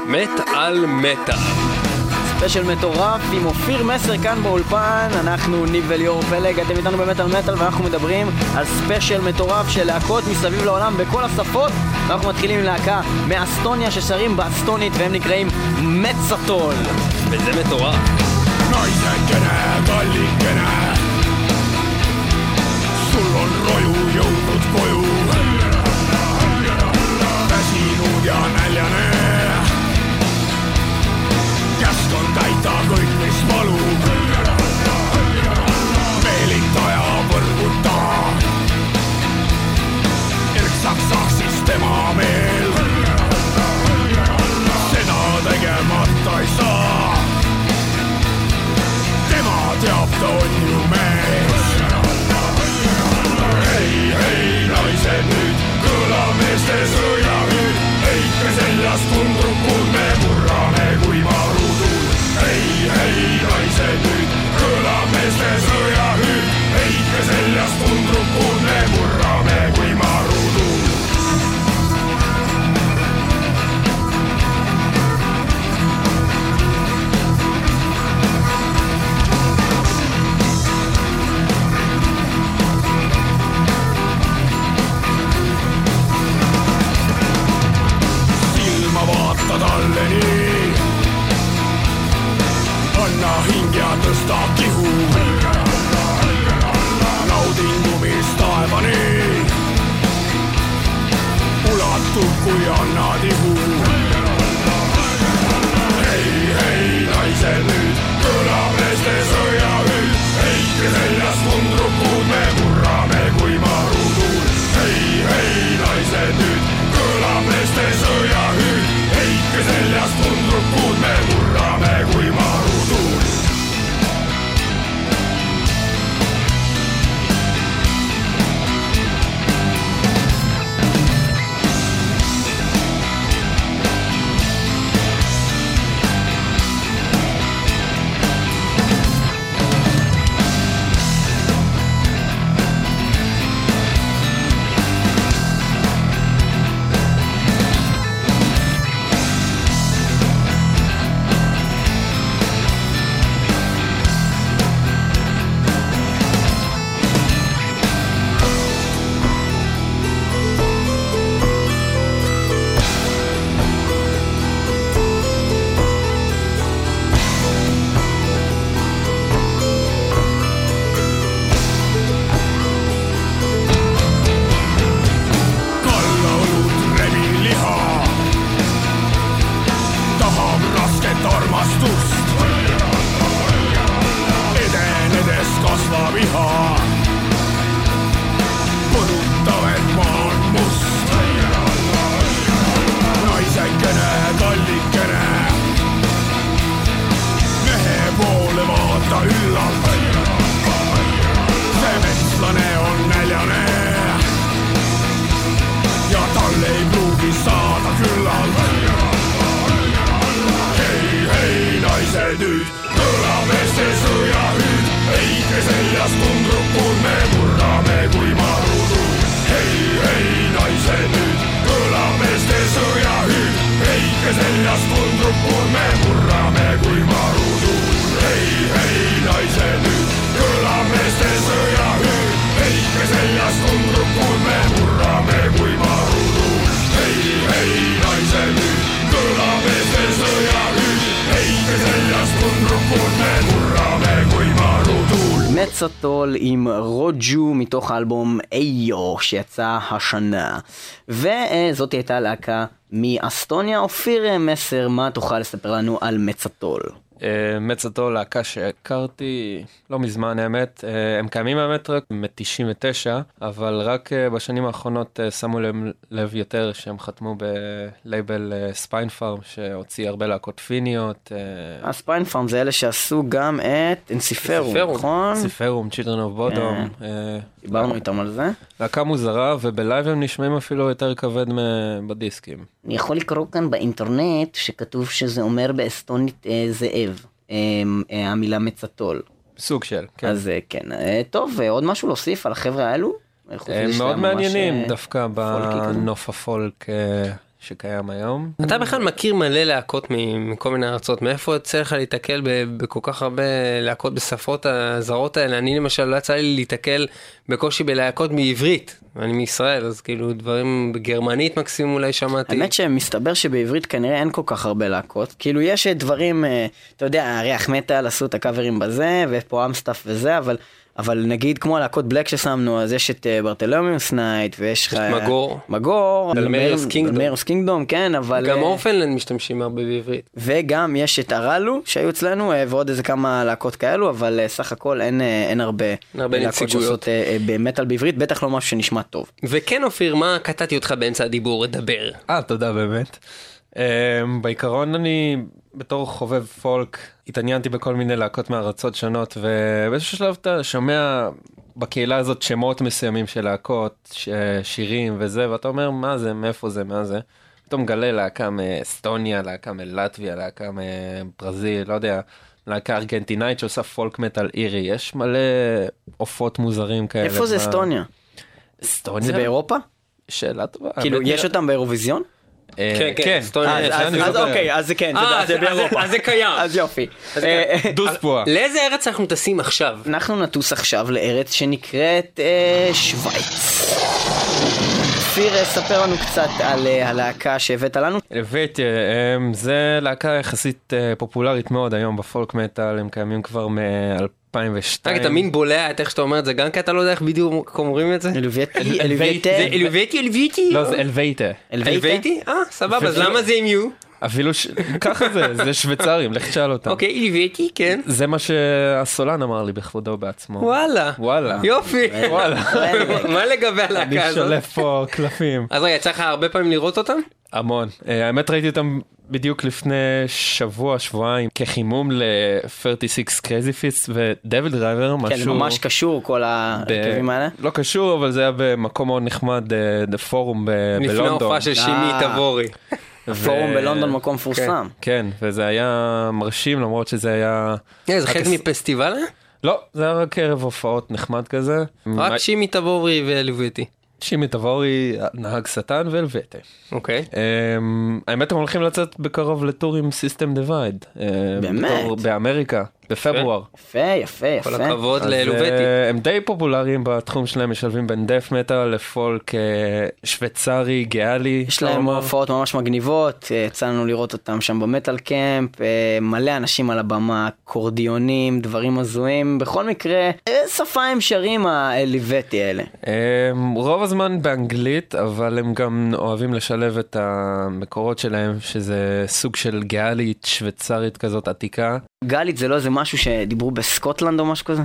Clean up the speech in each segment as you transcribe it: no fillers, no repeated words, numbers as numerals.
מת על מטה. ספיישל מטורף עם אופיר מסר כאן באולפן. אנחנו ניב וליאור פלג, אתם איתנו במטל מטל, ואנחנו מדברים על ספיישל מטורף של להקות מסביב לעולם בכל השפות. ואנחנו מתחילים עם להקה מאסטוניה ששרים באסטונית והם נקראים מצטול. וזה מטורף. Naisenkene, kallikene, sul on roju jõudnud koju. Väsinud ja näljane, käsk on täita kõik, mis valub. Meelitaja võrguta, erksaks saaks siis tema meel. Seda tegemata ei saa, tema teab, ta on ju mees. Hei, hei, naised nüüd, kõla meeste sõjahüüd. Heike seljast tundrukud, me murrame kui marutuul. Hei, hei, naised nüüd, kõla meeste sõjahüüd. Heike seljast tundrukud, me murrame kui marutuul. Talle nii, anna hing ja tõsta kihu. Naudin lumist taevani, ulatub kui annad ihu. Hei, hei, naised nüüd, kõlab meeste sõjahüüd. Heike seljast tundrukud, me murrame kui marutuul. Hei, hei, naised nüüd, kõlab meeste sõjahüüd. Heike seljast tundrukud, me murrame kui marutuul. מצטול עם רוג'ו מתוך האלבום איו שיצא השנה. וזאת הייתה להקה מאסטוניה. אופיר מסר, מה תוכל לספר לנו על מצטול? מצטול, להקה שהכרתי לא מזמן האמת, הם קיימים האמת רק מ-99, אבל רק בשנים האחרונות שמו לב יותר שהם חתמו בלייבל ספיין פארם שהוציא הרבה להקות פיניות. הספיין פארם זה אלה שעשו גם את אנסיפרום, נכון? אנסיפרום, Children of Bodom. דיברנו איתם על זה. להקה מוזרה, ובלייב הם נשמעים אפילו יותר כבד בדיסקים. אני יכול לקרוא כאן באינטרנט שכתוב שזה אומר באסטונית זאב, המילה מצטול. סוג של, כן. אז כן. טוב, עוד משהו להוסיף על החבר'ה האלו? הם מאוד מעניינים, דווקא בנוף הפולק שקיים היום. אתה בכלל מכיר מלא להקות מכל מיני ארצות, מאיפה יוצא לך להתקל בכל כך הרבה להקות בשפות הזרות האלה? אני למשל לא יצא לי להתקל בקושי בלהקות מעברית, אני מישראל, אז כאילו דברים בגרמנית מקסימום אולי שמעתי. האמת שמסתבר שבעברית כנראה אין כל כך הרבה להקות, כאילו יש דברים, אתה יודע, ריח מטל עשו את הקאברים בזה, ופה אמסטאפ וזה, אבל נגיד כמו הלהקות בלק ששמנו, אז יש את ברטולומיוס נייט, ויש לך מגור, בלמיירוס קינגדום, כן, אבל... גם אורפנלנד משתמשים הרבה בעברית. וגם יש את הרלו שהיו אצלנו, ועוד איזה כמה להקות כאלו, אבל סך הכל אין הרבה להקות שעושות במטל בעברית, בטח לא משהו שנשמע טוב. וכן אופיר, מה קטעתי אותך באמצע הדיבור? דבר. תודה באמת. בעיקרון אני בתור חובב פולק התעניינתי בכל מיני להקות מארצות שונות, ובאיזשהו שלב אתה שומע בקהילה הזאת שמות מסוימים של להקות, שירים וזה, ואתה אומר מה זה, מאיפה זה, מה זה. פתאום מגלה להקה מאסטוניה, להקה מלטביה, להקה מברזיל, לא יודע, להקה ארגנטינאית שעושה פולק מטל אירי. יש מלא עופות מוזרים כאלה. איפה זה אסטוניה? אסטוניה? זה באירופה? שאלה טובה. כאילו יש אותם באירוויזיון? כן, אז אוקיי, אז זה כן, זה באירופה. אז זה קיים. אז יופי. דוס פועה. לאיזה ארץ אנחנו טסים עכשיו? אנחנו נטוס עכשיו לארץ שנקראת שוויץ. אופיר, ספר לנו קצת על הלהקה שהבאת לנו. אלווטי, זה להקה יחסית פופולרית מאוד היום בפולק מטל, הם קיימים כבר מ-2002. רק אתה מין בולע את איך שאתה אומר את זה, גם כי אתה לא יודע איך בדיוק אומרים את זה? אלווטי? זה אלווטי? לא, זה אלווטי. אלווטי? סבבה, אז למה זה עם יו? אפילו ככה זה שוויצרים, לך תשאל אותם. אוקיי, אלווטי, כן. זה מה שהסולן אמר לי בכבודו בעצמו. וואלה. יופי. וואלה. מה לגבי הלהקה הזאת? אני שולף פה קלפים. אז רגע, צריך הרבה פעמים לראות אותם? המון. האמת ראיתי אותם בדיוק לפני שבועיים כחימום ל-36 קרייזי פיסט ודביל דרייבר, משהו... כן, ממש קשור כל הרכבים האלה. לא קשור, אבל זה היה במקום מאוד נחמד, פורום בלונדון. לפני ההופעה של שימי תבורי. פורום בלונדון מקום פורסם. כן, וזה היה מרשים, למרות שזה היה... זה חלק מפסטיבל? לא, זה היה רק ערב הופעות נחמד כזה. רק שימי תבורי ואלווטי. שימי תבורי, נהג שטן ואלווטי. אוקיי. האמת הם הולכים לצאת בקרוב לטור עם סיסטם דיווייד. באמת? באמריקה, בפברואר. יפה. כל הכבוד לאלווטי. הם די פופולריים בתחום שלהם, משלבים בין דף מטל לפולק שוויצרי, גיאלי. יש להם הופעות ממש מגניבות, יצאנו לראות אותם שם במטל קמפ, מלא אנשים על הבמה, קורדיונים, דברים הזויים, בכל מקרה, שפה הם שרים האלווטי האלה. רוב הזמן באנגלית, אבל הם גם אוהבים לשלב את המקורות שלהם, שזה סוג של גיאלית שוויצרית כזאת עתיקה. גלית זה לא איזה משהו שדיברו בסקוטלנד או משהו כזה?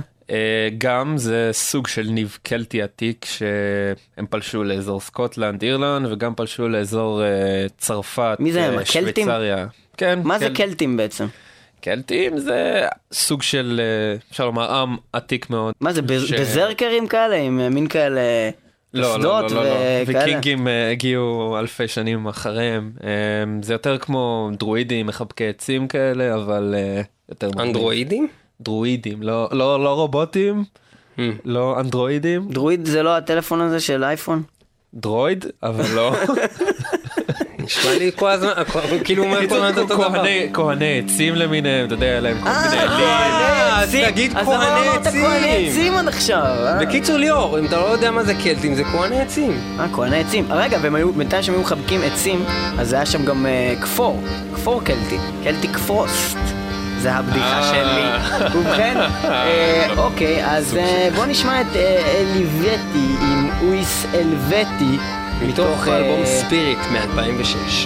גם זה סוג של ניב קלטי עתיק שהם פלשו לאזור סקוטלנד, אירלנד, וגם פלשו לאזור צרפת, מי זה הם? הקלטים? כן. מה זה קלטים בעצם? קלטים זה סוג של, אפשר לומר, עם עתיק מאוד. מה זה, בזרקרים כאלה? עם מין כאלה... לא, ויקינגים הגיעו אלפי שנים אחריהם, זה יותר כמו דרואידים, מחבקי עצים כאלה, אבל יותר... אנדרואידים? דרואידים, לא רובוטים, לא אנדרואידים. דרואיד זה לא הטלפון הזה של אייפון? דרואיד, אבל לא. נשמע לי כל הזמן, כאילו אומר כל הזמן אותו דבר. כהני עצים למיניהם, אתה יודע, להם כל מיני אז תגיד כהני עצים. כהני עצים עד עכשיו. בקיצור ליאור, אם אתה לא יודע מה זה קלטים, זה כהני עצים. כהני עצים. רגע, ובינתיים שהם היו מחבקים עצים, אז היה שם גם כפור קלטי. קלטי כפרוסט. זה הבדיחה שלי. ובכן, אוקיי, אז בוא נשמע את אלווטי עם אויס אלווטי. מתוך אלבום ספיריט מ-2006.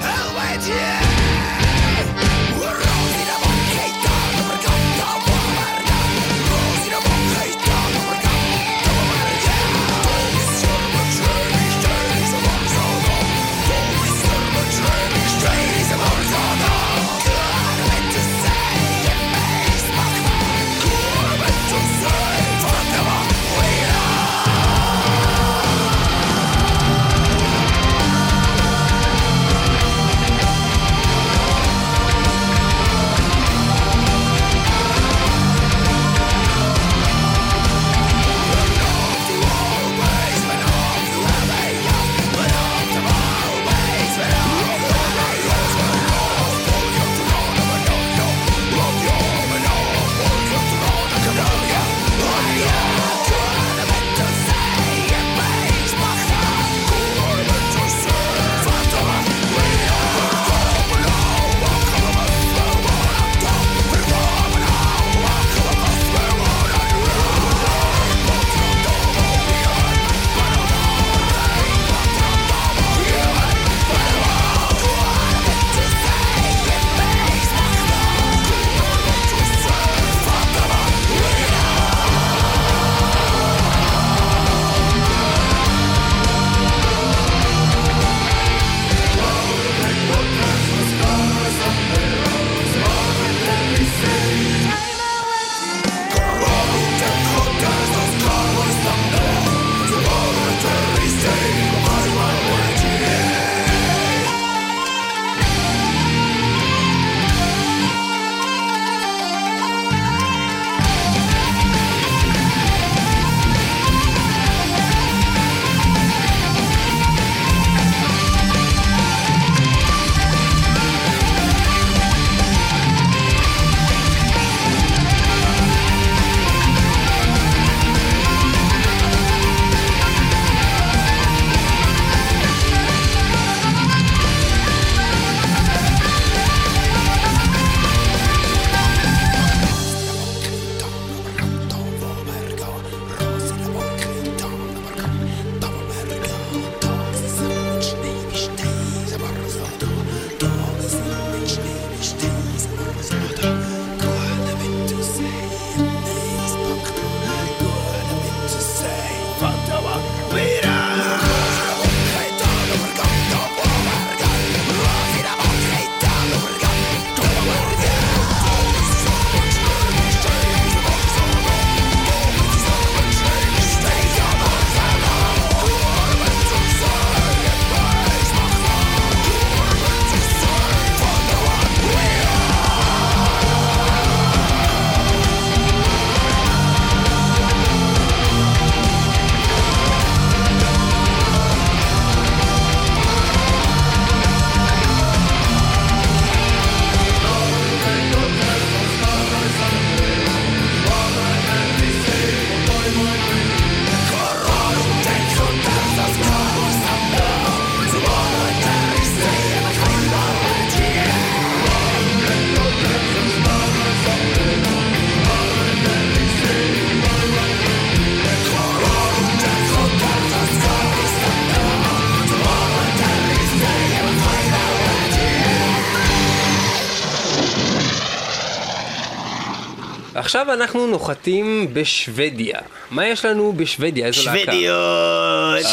עכשיו אנחנו נוחתים בשוודיה. מה יש לנו בשוודיה? איזו להקה? שוודיות!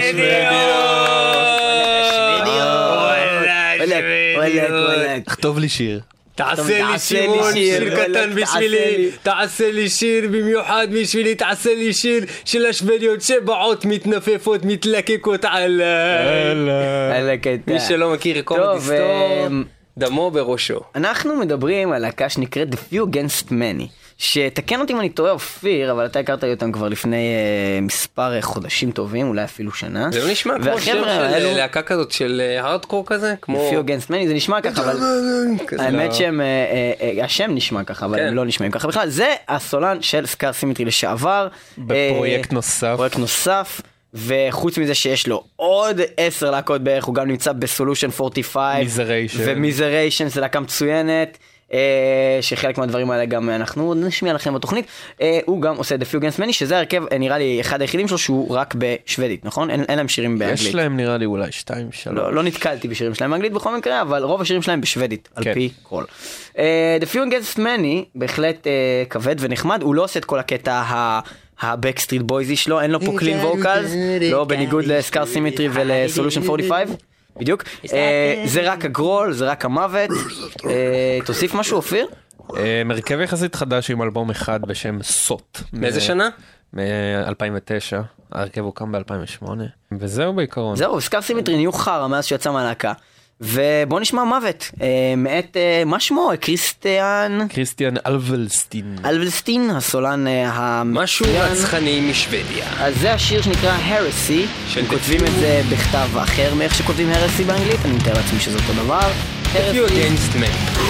שוודיות! כתוב לי שיר. תעשה לי שימון, שיר קטן בשבילי, תעשה לי שיר במיוחד בשבילי, תעשה לי שיר של השוודיות שבעות מתנפפות, מתלקקות על מי שלא מכיר קומדי סטור, דמו בראשו. אנחנו מדברים על להקה שנקראת The Few Against Many, שתקן אותי אם אני טועה אופיר, אבל אתה הכרת אותם כבר לפני מספר חודשים טובים, אולי אפילו שנה. זה לא נשמע כמו שיר של להקה כזאת של הארדקור כזה? The Few Against Many, זה נשמע ככה, אבל האמת שהשם נשמע ככה, אבל הם לא נשמעים ככה בכלל. זה הסולן של סקאר סימטרי לשעבר. בפרויקט נוסף. פרויקט נוסף. וחוץ מזה שיש לו עוד 10 להקות בערך, הוא גם נמצא בסולושן 45 ומיזריישן, זה להקה מצוינת, שחלק מהדברים האלה גם אנחנו נשמיע לכם בתוכנית. הוא גם עושה The Few Against Many, שזה הרכב נראה לי אחד היחידים שלו שהוא רק בשוודית, נכון? אין להם שירים באנגלית. יש להם נראה לי אולי 2-3. לא נתקלתי בשירים שלהם באנגלית בכל מקרה, אבל רוב השירים שלהם בשוודית, על פי כל. The Few Against Many בהחלט כבד ונחמד, הוא לא עושה את כל הקטע הבקסטריט בויזי שלו, אין לו פה קלין ווקלס, לא בניגוד לסקאר סימטרי ולסולושן 45, בדיוק. זה רק הגרול, זה רק המוות. תוסיף משהו אופיר? מרכב יחסית חדש עם אלבום אחד בשם סוט. מאיזה שנה? מ-2009, הרכב הוקם ב-2008, וזהו בעיקרון. זהו, סקאר סימטרי נהיו חרא מאז שיצא מהלהקה. ובוא נשמע מוות, מאת, מה שמו? קריסטיאן אלבלסטין, הסולן משהו רצחני משוודיה. אז זה השיר שנקרא הרסי, כותבים את זה בכתב אחר מאיך שכותבים הרסי באנגלית, אני מתאר לעצמי שזה אותו דבר. The Few Against Many.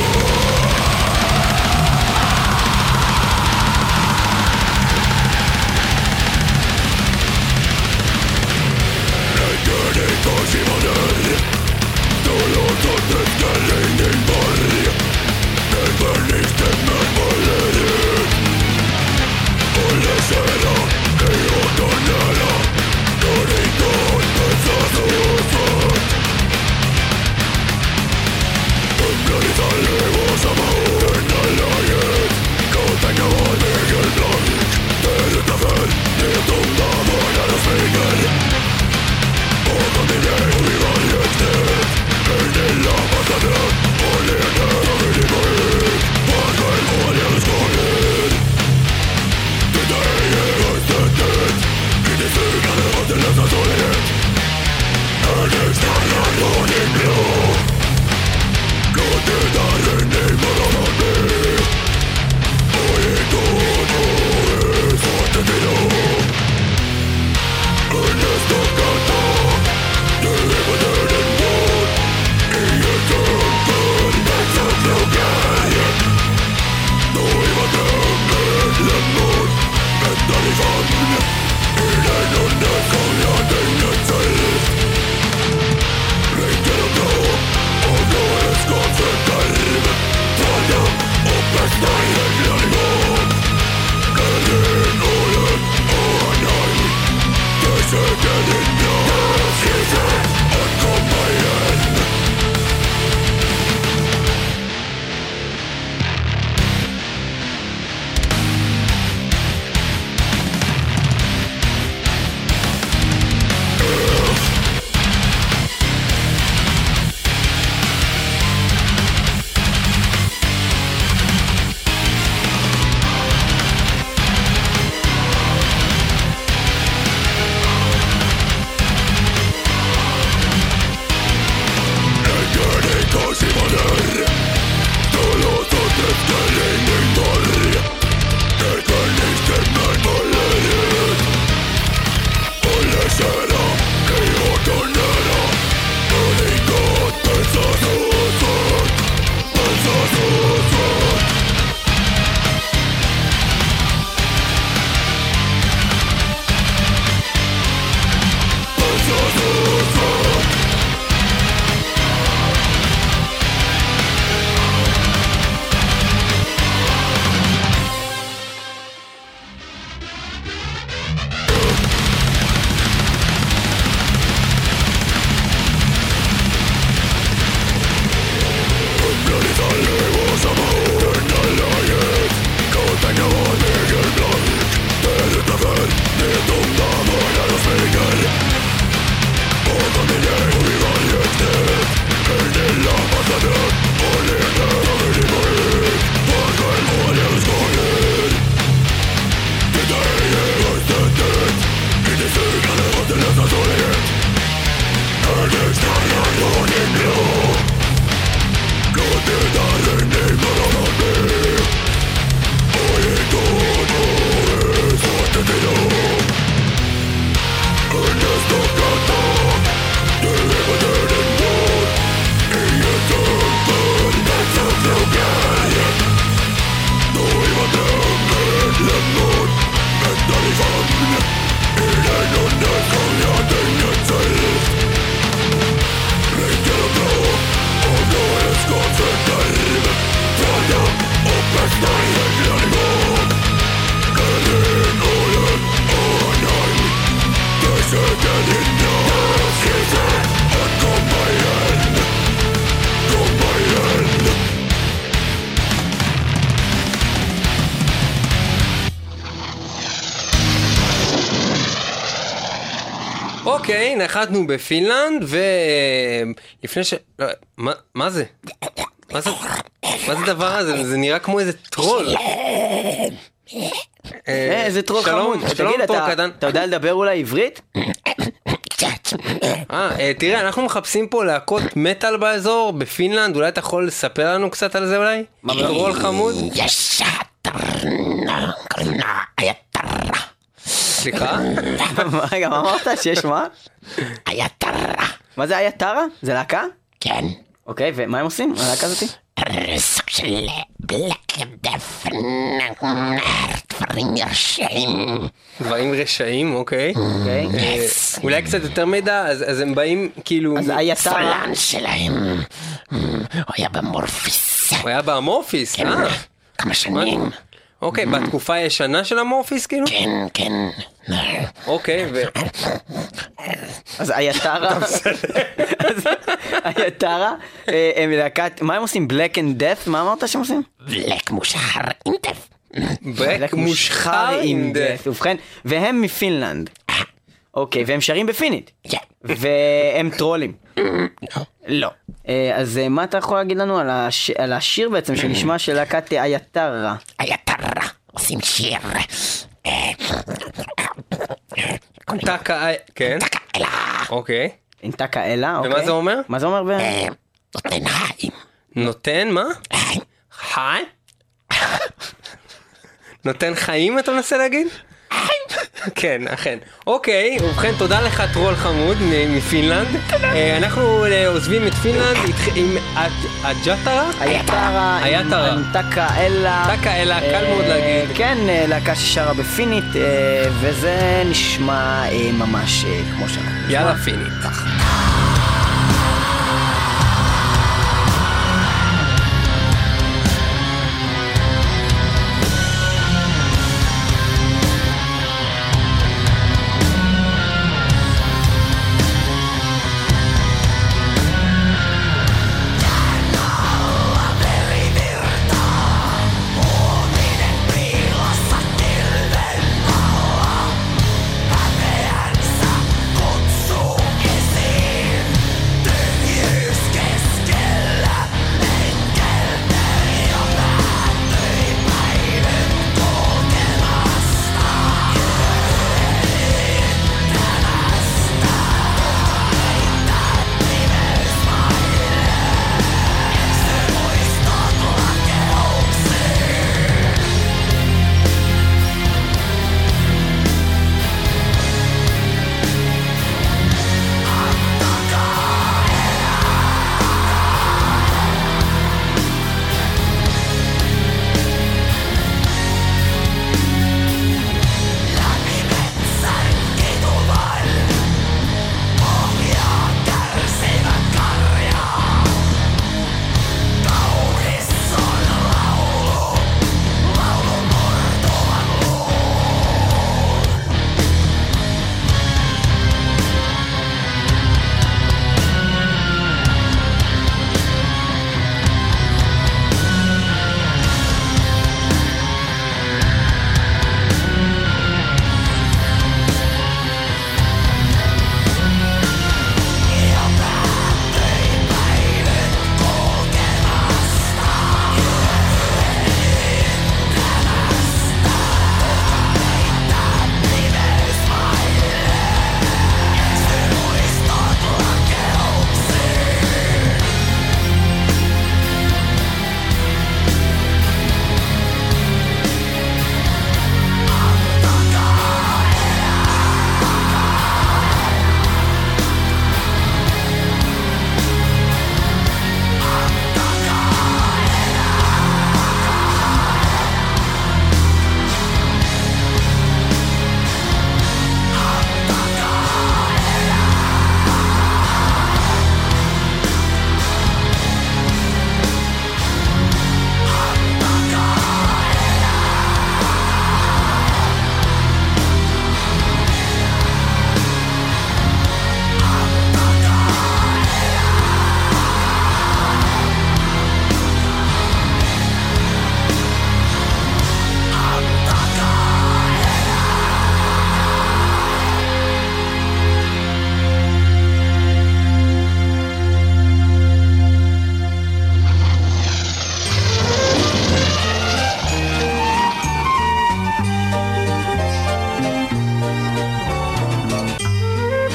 אוקיי, נחתנו בפינלנד, ולפני ש... מה זה? מה זה הדבר הזה? זה נראה כמו איזה טרול. איזה טרול חמוד. שלום, תגיד, טרול קטן. אתה יודע לדבר אולי עברית? תראה, אנחנו מחפשים פה להקות מטל באזור, בפינלנד, אולי אתה יכול לספר לנו קצת על זה אולי? טרול חמוד? יש היתרה. סליחה? רגע, מה אמרת? שיש מה? היתרה. מה זה היתרה? זה להקה? כן. אוקיי, ומה הם עושים? הלהקה הזאתי? סוג של בלק דף, דברים רשעים. דברים רשעים, אוקיי. אוקיי. אולי קצת יותר מידע, אז הם באים כאילו... אז היתרה... הסולן שלהם, הוא היה במורפיס. הוא היה באמורפיס, כמה שנים. אוקיי, בתקופה הישנה של המורפיס כאילו? כן. אוקיי, אז היתרה... היתרה, הם להקת... מה הם עושים? Black and Death? מה אמרת שהם עושים? בלק מושחר עם דף. בלק מושחר עם דף. ובכן, והם מפינלנד. אוקיי, והם שרים בפינית. כן. והם טרולים. לא. אז מה אתה יכול להגיד לנו על השיר בעצם שנשמע של להקת היתרה? היתרה, עושים שיר. טקה, כן. אלא. אוקיי. אינטקה אלה, אוקיי. ומה זה אומר? מה זה אומר? נותן חיים. נותן מה? חיים? נותן חיים אתה מנסה להגיד? כן, אכן. אוקיי, ובכן תודה לך טרול חמוד מפינלנד. אנחנו עוזבים את פינלנד עם הג'טרה? היתרה, אינטקה אלה. טקה אלה, קל מאוד להגיד. כן, להקה ששרה בפינית, וזה נשמע ממש כמו שאנחנו. יאללה פינית. Kutsu esiin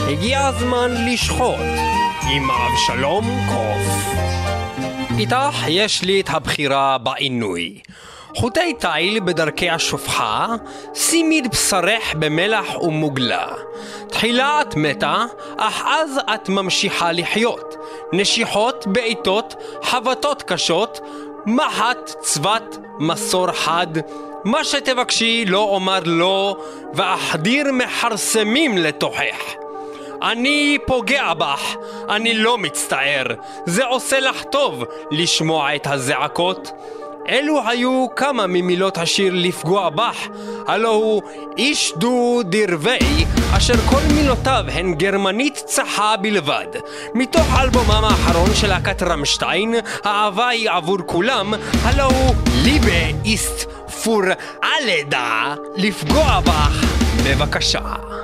הגיע הזמן לשחוט עם אבשלום קוף. איתך יש לי את הבחירה בעינוי. חוטי תיל בדרכי השופחה, שימיד בשרך במלח ומוגלה. תחילה את מתה, אך אז את ממשיכה לחיות. נשיכות, בעיתות, חבטות קשות, מחט, צוות, מסור חד. מה שתבקשי לא אומר לא, ואחדיר מחרסמים לתוכך. אני פוגע בך, אני לא מצטער, זה עושה לך טוב לשמוע את הזעקות. אלו היו כמה ממילות השיר לפגוע בך, הלא הוא איש דו דרבי, אשר כל מילותיו הן גרמנית צחה בלבד. מתוך אלבומם האחרון של להקת רמשטיין, האהבה היא עבור כולם, הלא הוא ליבה איסט פור אלדה, לפגוע בך בבקשה.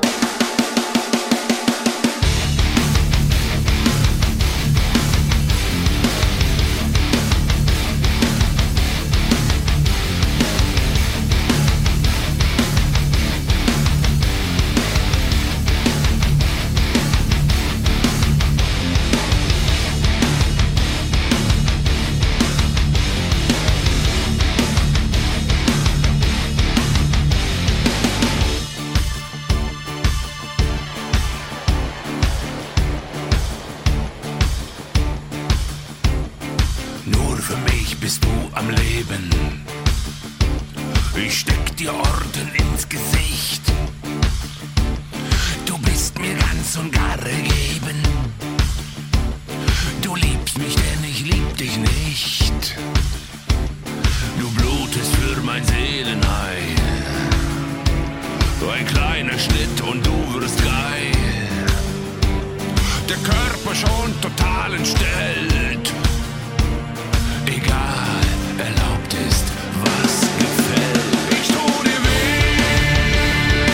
Ich steck dir Orden ins Gesicht. Du bist mir ganz und gar ergeben. Du liebst mich, denn ich lieb dich nicht. Du blutest für mein Seelenheil. Ein kleiner Schnitt und du wirst geil. Der Körper schon total entstellt. Egal, erlaubt ist, was gefällt. Ich tu dir weh,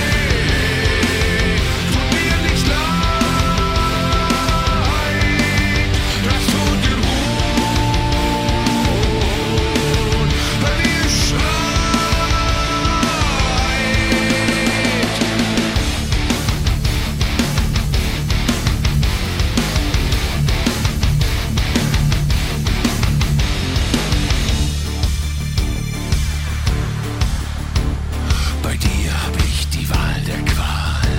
tut mir nicht leid, das tut dir gut, wenn ihr schreit. Bei dir hab ich die Wahl der Qual.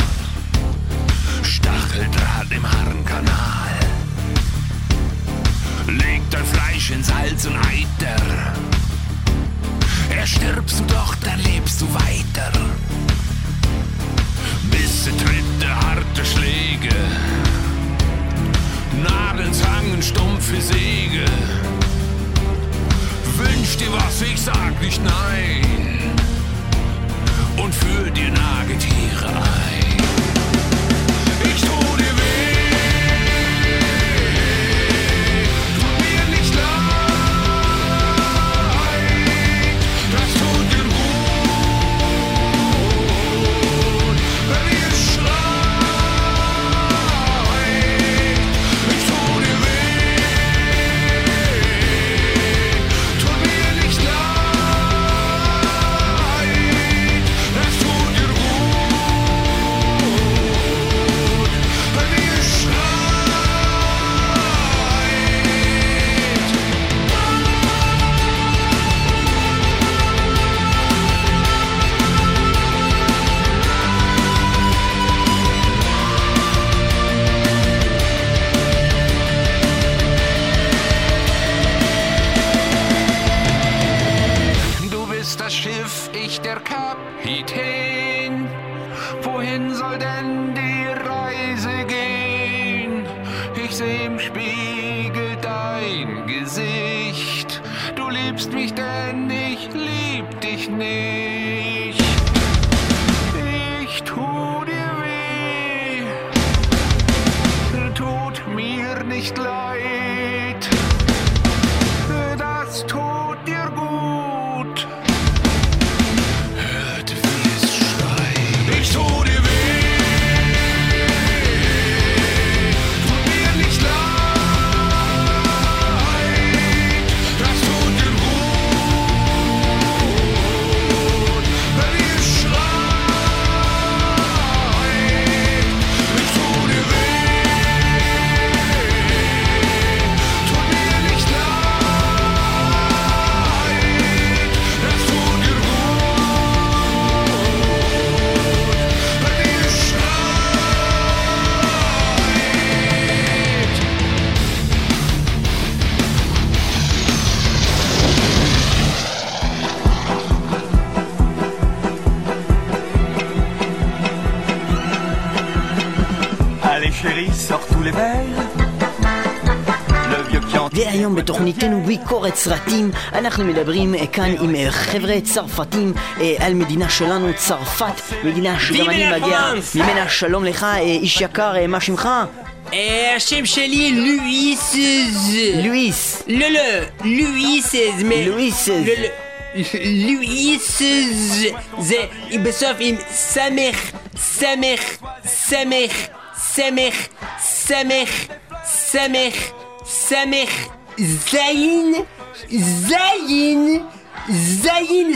Stacheldraht im Harnkanal. Leg dein Fleisch in Salz und Eiter. Erstirbst du doch, dann lebst du weiter. Bisse, Tritte, harte Schläge. Nadeln, Zangen, stumpfe Säge. Wünsch dir was, ich sag nicht nein. Und für dir Nagetiere ein. Ich tu dir weh, tut mir nicht leid, das tut dir gut, wenn ihr schreit. Ich tu dir weh, tut mir nicht leid, das tut dir gut, wenn ihr schreit. Du bist das Schiff, ich der Kapitän. Wohin soll denn die Reise gehen? Ich seh im Spiegel dein Gesicht. Du liebst mich, denn ich lieb dich nicht. Ich tu dir weh, tut mir nicht leid. Das tut dir gut. Hört, wie es schreit. Ich tu dir weh, tut mir nicht leid, das tut dir gut, Allez chérie, sors tous les verres. Le vieux qui en... והיום בתוכניתנו ביקורת סרטים אנחנו מדברים כאן עם חבר'ה צרפתים על מדינה שלנו, צרפת, מדינה שגם אני מגיע ממנה. שלום לך איש יקר, מה שמך? השם שלי לואיס. לואיס. לא, לואיס. לואיס. לואיס זה בסוף עם סמך זין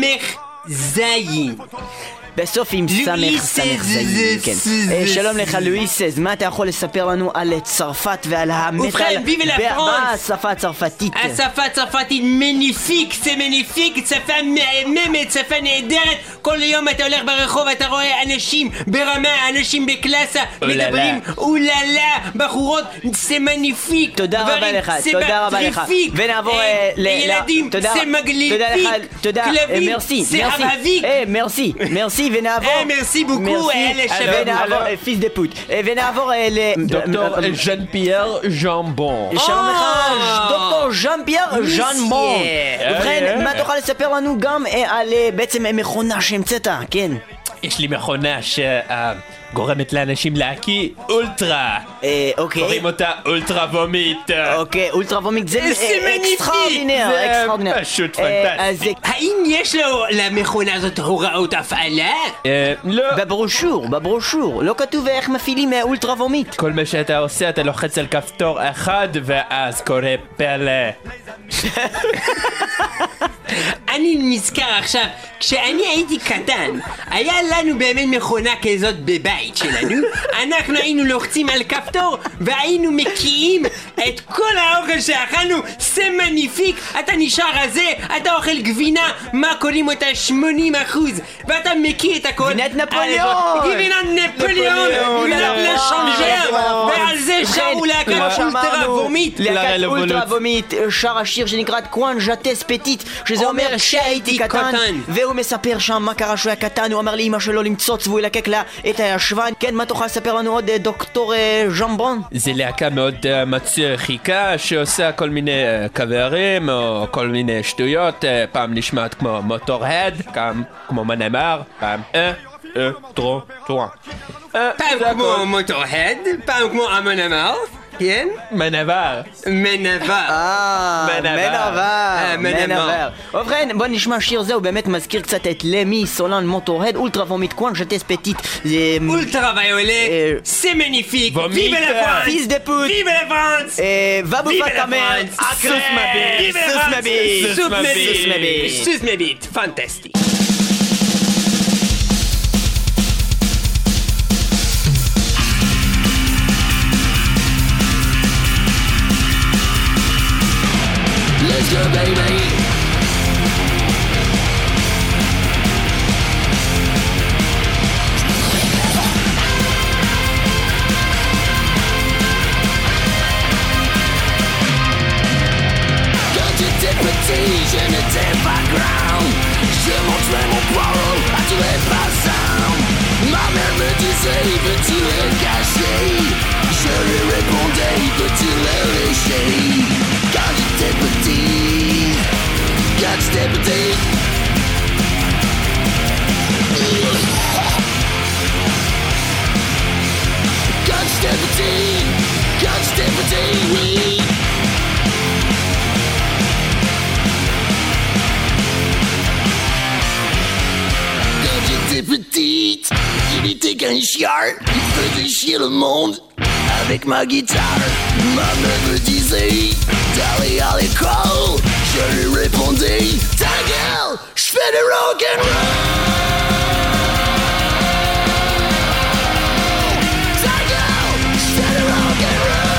בסוף עם סמך זין, כן. שלום לך לואיס, מה אתה יכול לספר לנו על צרפת ועל המטל בשפה הצרפתית? השפה הצרפתית מניפיק, זה מניפיק, שפה מהממת, שפה נהדרת. כל יום אתה הולך ברחוב, אתה רואה אנשים ברמה, אנשים בקלאסה, מדברים אוללה, בחורות, זה מניפיק. תודה רבה לך, תודה רבה לך. ונעבור ילדים, זה מגליפיק. כלבים, זה אבהביק. מרסי, ונעבור... מרסי בוקו, אלה ונעבור, פיס דה פוט. ונעבור דוקטור ז'אן פייר ז'אנבון. שלום לך, דוקטור ז'אן פייר ז'אנבון. ובכן, מה תוכל לספר לנו גם על בעצם מכונה שהמצאת, כן? יש לי מכונה שגורמת לאנשים להקיא אולטרה. אוקיי. קוראים אותה אולטרה וומית. אוקיי, אולטרה וומית זה אקסטראורדינר. פשוט פנטסטי. האם יש לו למכונה הזאת הוראות הפעלה? לא. בברושור, לא כתוב איך מפעילים אולטרה וומית. כל מה שאתה עושה, אתה לוחץ על כפתור אחד ואז קורה פלא. אני נזכר עכשיו, כשאני הייתי קטן, היה לנו באמת מכונה כזאת בבית שלנו. אנחנו היינו לוחצים על כפתור והיינו מקיאים את כל האוכל שאכלנו. זה מניפיק, אתה נשאר רזה, אתה אוכל גבינה, מה קוראים אותה 80%, ואתה מקיא את הכל. גבינת נפוליאון, גבינת לשנג'ר, ועל זה שרו להקת אולטרה וומית. להקת אולטרה וומית שר השיר שנקרא קואן ז'אטס פטיט, שזה אומר שהייתי קטן. והוא מספר שם מה קרה שהוא היה קטן. הוא אמר לאמא שלו למצוץ והוא ילקק לה את הישבן. כן, מה תוכל לספר לנו עוד דוקטור ז'אנבון? זה להקה מאוד מצחיקה שעושה כל מיני קברים או כל מיני שטויות. פעם נשמעת כמו מוטורד, כמו מנמר, פעם פעם כמו מוטורד, פעם כמו המנמר. כן? מנבר. ובכן, בוא נשמע שיר זה, הוא באמת מזכיר קצת את למי סולן מוטורד, אולטרה וומית קואן ז'אטס פטיט. אולטרה ויולט, זה מניפיק, ויב לפרנס, פיס דה פוט, ויב לפרנס, ובופת המר, סוס מביט, פנטסטי. Let's go, baby. Quand j'étais petit, je n'étais pas grand. Je montrais mon poireau à tous les passants. Ma mère me disait, veux-tu le cacher? Je lui répondais, veux-tu le lécher? Quand j'étais petit, quand j'étais petit. Quand j'étais petit, oui. Quand j'étais petite, il était qu'un chiard, il faisait chier le monde. Avec ma guitare, ma mère me disait d'aller à l'école. Je lui répondais, ta gueule, j'fais du rock'n'roll. Ta gueule, j'fais du rock'n'roll.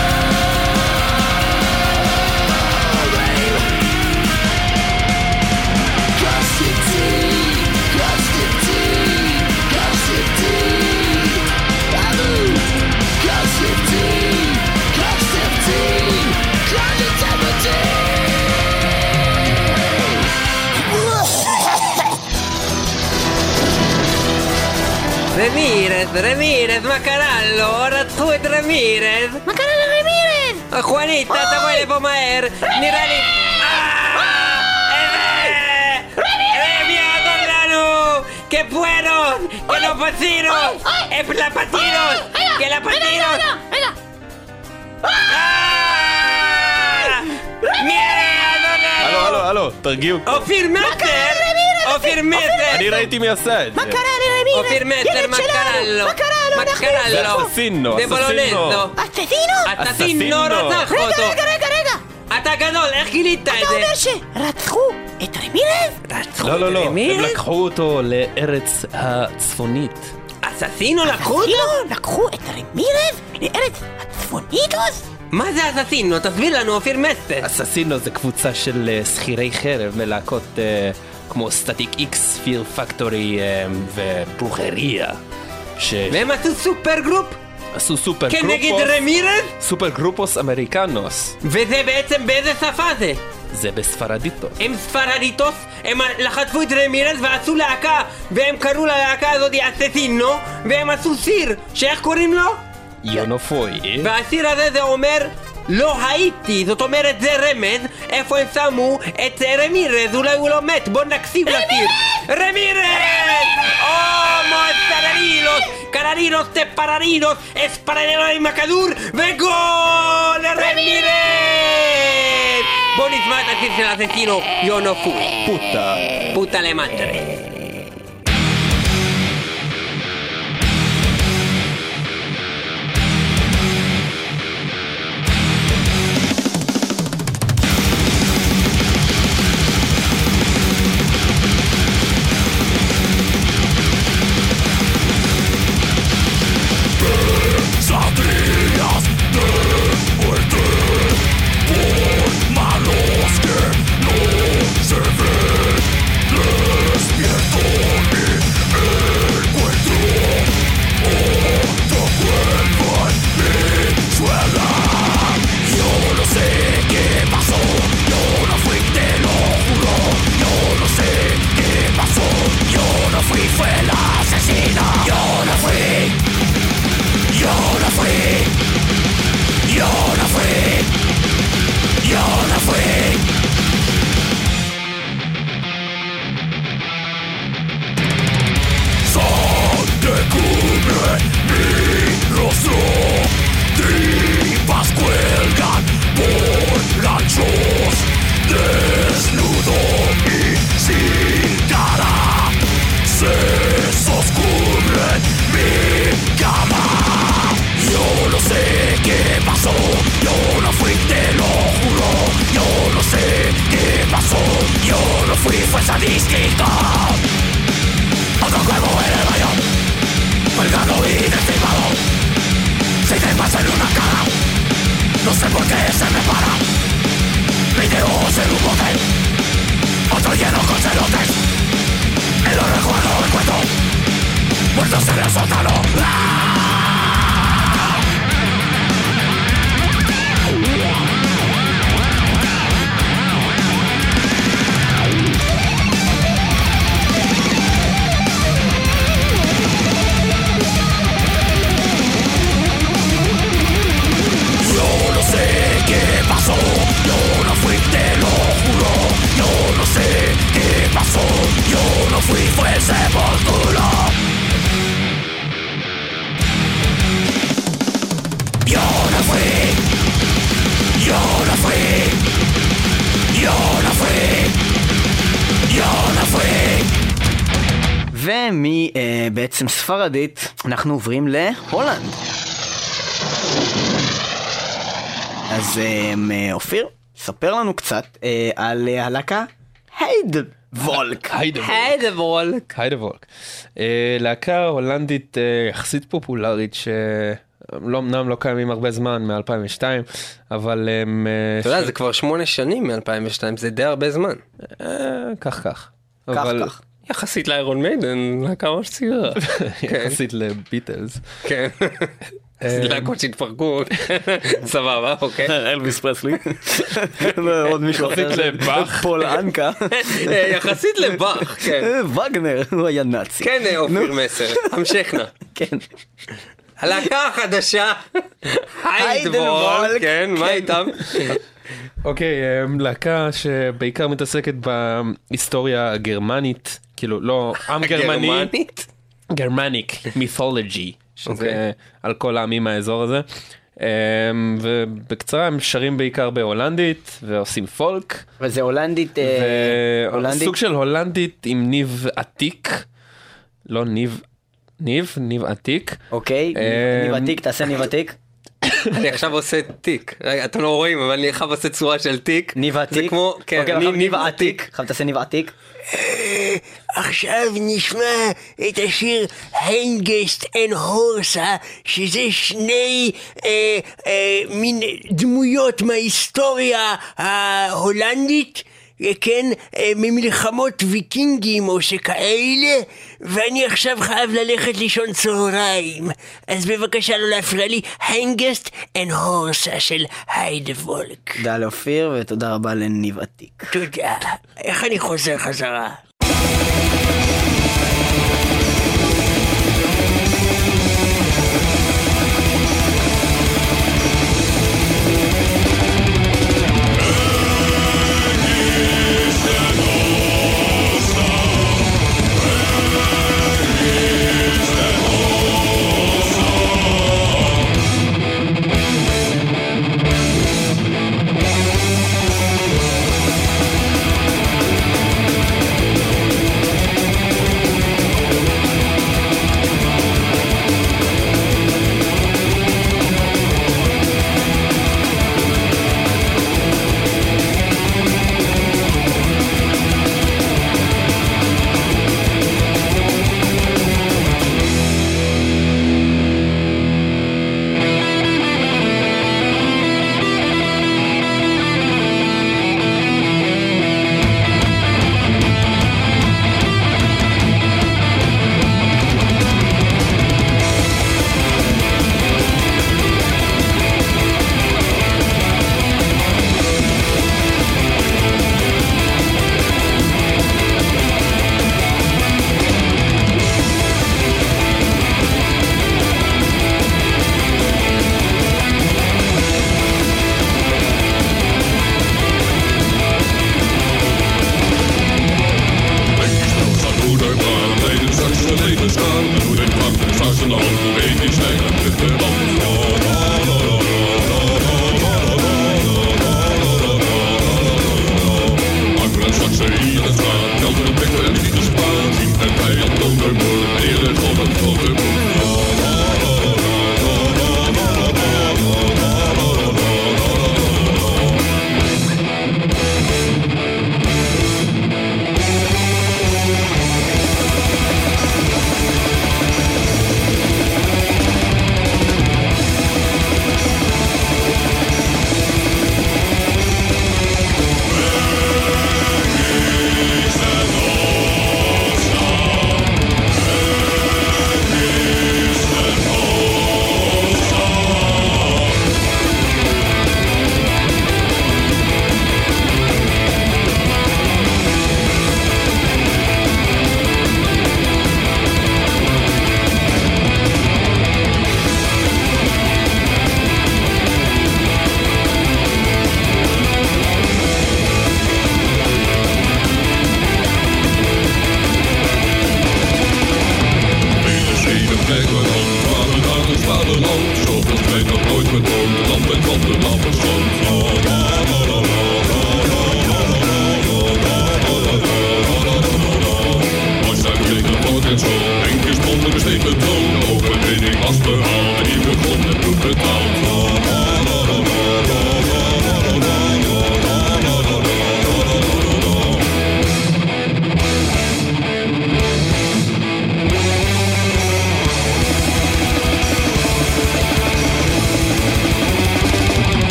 Quand j'étais petit, quand j'étais petit, quand j'étais petit. Quand j'étais petit, quand j'étais petit, quand j'étais petit. רמירז, מה קרה לו? רצחו את רמירז. מה קרה לרמירז? חואניטה, תבואי לפה מהר, נראה לי... ¡Enviados lano! ¡Que fueron! ¡Que los vecinos! ¡La patinos! ¡Que la patinos! רגע! ¡Mierda! הלו, תרגיעו. אופיר מסר! אופיר מסר! אני ראיתי מי עשה את זה. מה קרה לרמירז? אופיר מסר, מה קרה לו? מה קרה לו? מה קרה זה לו? אססינו. בבולונזו. אססינו? אססינו רצח אותו. רגע! אתה גדול, איך גילית את אתה זה? אומר שרצחו את רמירז? לא, הם רמירז? לקחו אותו לארץ הצפונית. אססינו לקחו אותו? לקחו את רמירז לארץ הצפוניתוס? מה זה אססינו? תסביר לנו, אופיר מסר. אססינו זה קבוצה של שכירי חרב מלהקות כמו סטטיק איקס, פיר פקטורי וברוכריה. והם עשו סופר גרופ? עשו סופר כנגד גרופוס. רמירז? סופר גרופוס אמריקנוס. וזה בעצם באיזה שפה זה? זה בספרדיטו. הם ספרדיטוס, הם לחטפו את רמירז ועשו להקה, והם קראו ללהקה הזאת אססינו, והם עשו סיר, שאיך קוראים לו? יונופוי. והסיר הזה זה אומר לא הייתי, זאת אומרת זה רמז איפה הם שמו את רמירז, אולי הוא לא מת, בוא נקשיב לסיר. רמירז! קררינוס, קררינוס, טפררינוס, אספררינוס עם הכדור, וגול לרמירז! בוא נשמע את הסיר של אססינו, יונופוי. פוטה למטרה. Sardinhas de muerte por malos que no se ven. Despierto y encuentro otro cuerpo en mi suela. Yo no sé qué pasó, yo no fui, te lo juro. Yo no sé qué pasó, yo no fui, fue la asesina. Yo no fui. Yo no fui, yo no fui, yo no fui. Sangre cubre mi rostro, tripas cuelgan por ganchos, desnudo y sin cara, sesos cubren mi cama. Yo no sé qué pasó, yo no fui, te lo juro. Yo no sé qué pasó, yo no fui, fue sadística. Otro cuervo en el baño, colgado y desfigurado. Si te pasa en una cara, no sé por qué se me para. 20 ojos en un bote, otro lleno con celotes. En los recuerdos me encuentro, muertos en el sótano. Yo no fui, te lo juro. Yo no sé qué pasó, yo no fui, fue el sepulcro. Yo no fui, yo no fui, yo no fui, yo no fui. ומבעצם ספרדית אנחנו עוברים להולנד. אז אופיר, ספר לנו קצת על הלהקה היידוולק. היידוולק. להקה הולנדית יחסית פופולרית אמנם לא קיימים הרבה זמן, מ-2002, אבל הם... אתה יודע, זה כבר 8 שנים מ-2002, זה די הרבה זמן. כך. כך. יחסית לאיירון מיידן, להקה ממש צעירה. יחסית לביטלס. כן. להקות שהתפרקו. סבבה, אוקיי. אלוויס פרסלי. עוד מישהו אחר. יחסית לבאך. פול אנקה. יחסית לבאך, כן. וגנר, הוא היה נאצי. כן, אופיר מסר. המשכנה. כן. הלהקה החדשה, היידוולק, כן, מה איתם? אוקיי, להקה שבעיקר מתעסקת בהיסטוריה הגרמנית, כאילו לא עם גרמני, גרמנית? גרמניק מיתולוגי, שזה על כל העמים מהאזור הזה. ובקצרה הם שרים בעיקר בהולנדית ועושים פולק. וזה הולנדית, סוג של הולנדית עם ניב עתיק, לא ניב עתיק. אוקיי, ניב עתיק, תעשה ניב עתיק. אני עכשיו עושה תיק, אתם לא רואים, אבל אני עכשיו עושה צורה של תיק. ניב עתיק? זה כמו, כן, ניב עתיק. עכשיו תעשה ניב עתיק. עכשיו נשמע את השיר הנגסט אנד הורסה, שזה שני מין דמויות מההיסטוריה ההולנדית, כן, ממלחמות ויקינגים או שכאלה, ואני עכשיו חייב ללכת לישון צהריים, אז בבקשה לא להפריע לי. הנגסט אנד הורסה של היידוולק. תודה לאופיר ותודה רבה לניב עתיק. תודה. איך אני חוזר חזרה?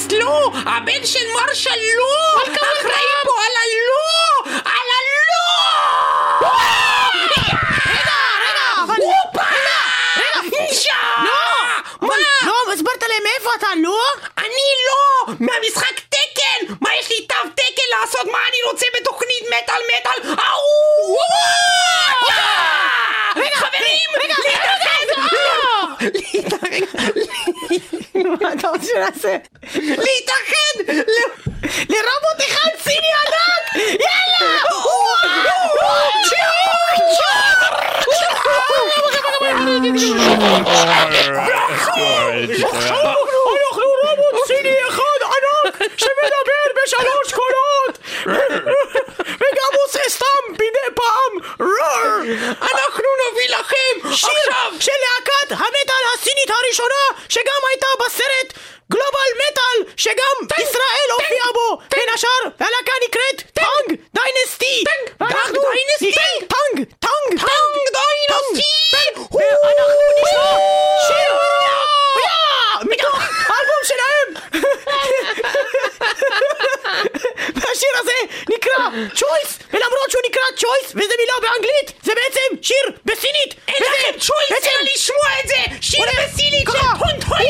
אליאס לא! הבן של מרשל לא! אחראי פה על הלא! על הלא! לא, הסברת להם מאיפה אתה, לא? אני לא! מהמשחק תקן! מה יש לי תו תקן לעשות מה אני רוצה בתוכנית מטל? חברים! מה אתה רוצה שנעשה? להתאחד! לרובוט אחד סיני ענק! יאללה! אנחנו רובוט סיני אחד ענק שמדבר בשלוש קולות וגם עושה סתם מדי פעם אנחנו נביא לכם שיר של להקת המטל הסינית הראשונה שגם הייתה בסרט גלובל מטל שגם ישראל הופיע בו בין השאר הלהקה נקראת טאנג דיינסטי טאנג דיינסטי? טאנג דיינסטי! ואנחנו נשמע שיר מתוך האלבום שלהם והשיר הזה נקרא צ'ויס ולמרות שהוא נקרא צ'ויס וזה מילה באנגלית זה בעצם שיר בסינית אין לכם צ'ויס אלא לשמוע את זה שיר בסינית של טונטוי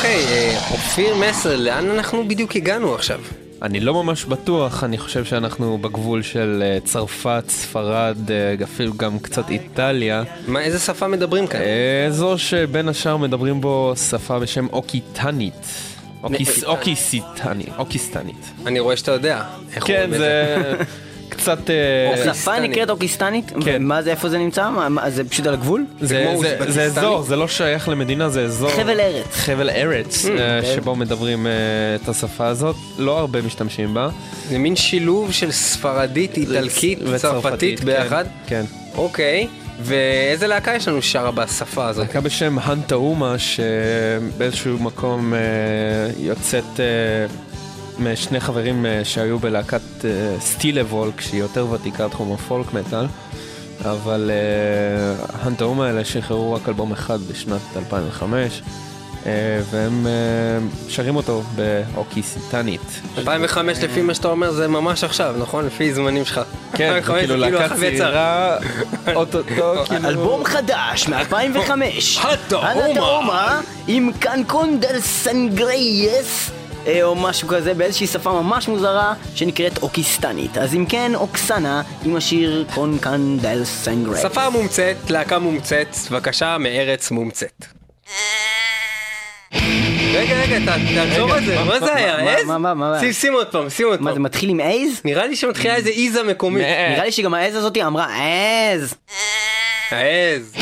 אוקיי, אופיר מסר, לאן אנחנו בדיוק הגענו עכשיו? אני לא ממש בטוח, אני חושב שאנחנו בגבול של צרפת, ספרד, אפילו גם קצת איטליה. מה, איזה שפה מדברים כאן? אזור שבין השאר מדברים בו שפה בשם אוקיטנית. אוקיסטנית. אני רואה שאתה יודע. כן, זה קצת... השפה נקראת אוקיסטנית? כן. מה זה, איפה זה נמצא? זה פשוט על הגבול? זה אזור, זה לא שייך למדינה, זה אזור... חבל ארץ. חבל ארץ, שבו מדברים את השפה הזאת, לא הרבה משתמשים בה. זה מין שילוב של ספרדית, איטלקית וצרפתית ביחד? כן. אוקיי, ואיזה להקה יש לנו שרה בשפה הזאת? להקה בשם הנטאומה, שבאיזשהו מקום יוצאת משני חברים שהיו בלהקת סטילבולק, שהיא יותר ותיקה תחום הפולק מטל, אבל הנטאומה האלה שחררו רק אלבום אחד בשנת 2005, והם שרים אותו באוקיסטנית. 2005 לפי מה שאתה אומר זה ממש עכשיו, נכון? לפי זמנים שלך. כן, זה כאילו להקה צעירה, אוטוטו, כאילו... אלבום חדש מ-2005. הנטאומה עם קנקון דל סנגרייס, או משהו כזה, באיזושהי שפה ממש מוזרה שנקראת אוקיסטנית. אז אם כן, אוקסנה עם השיר קונקן דל סנגרייס. שפה מומצאת, להקה מומצאת, בבקשה מארץ מומצאת. רגע, תעצור את זה, מה זה היה? עז? מה? שים עוד פעם. מה, זה מתחיל עם עז? נראה לי שמתחילה איזה עיזה מקומית. נראה לי שגם העז הזאת אמרה עז. העז.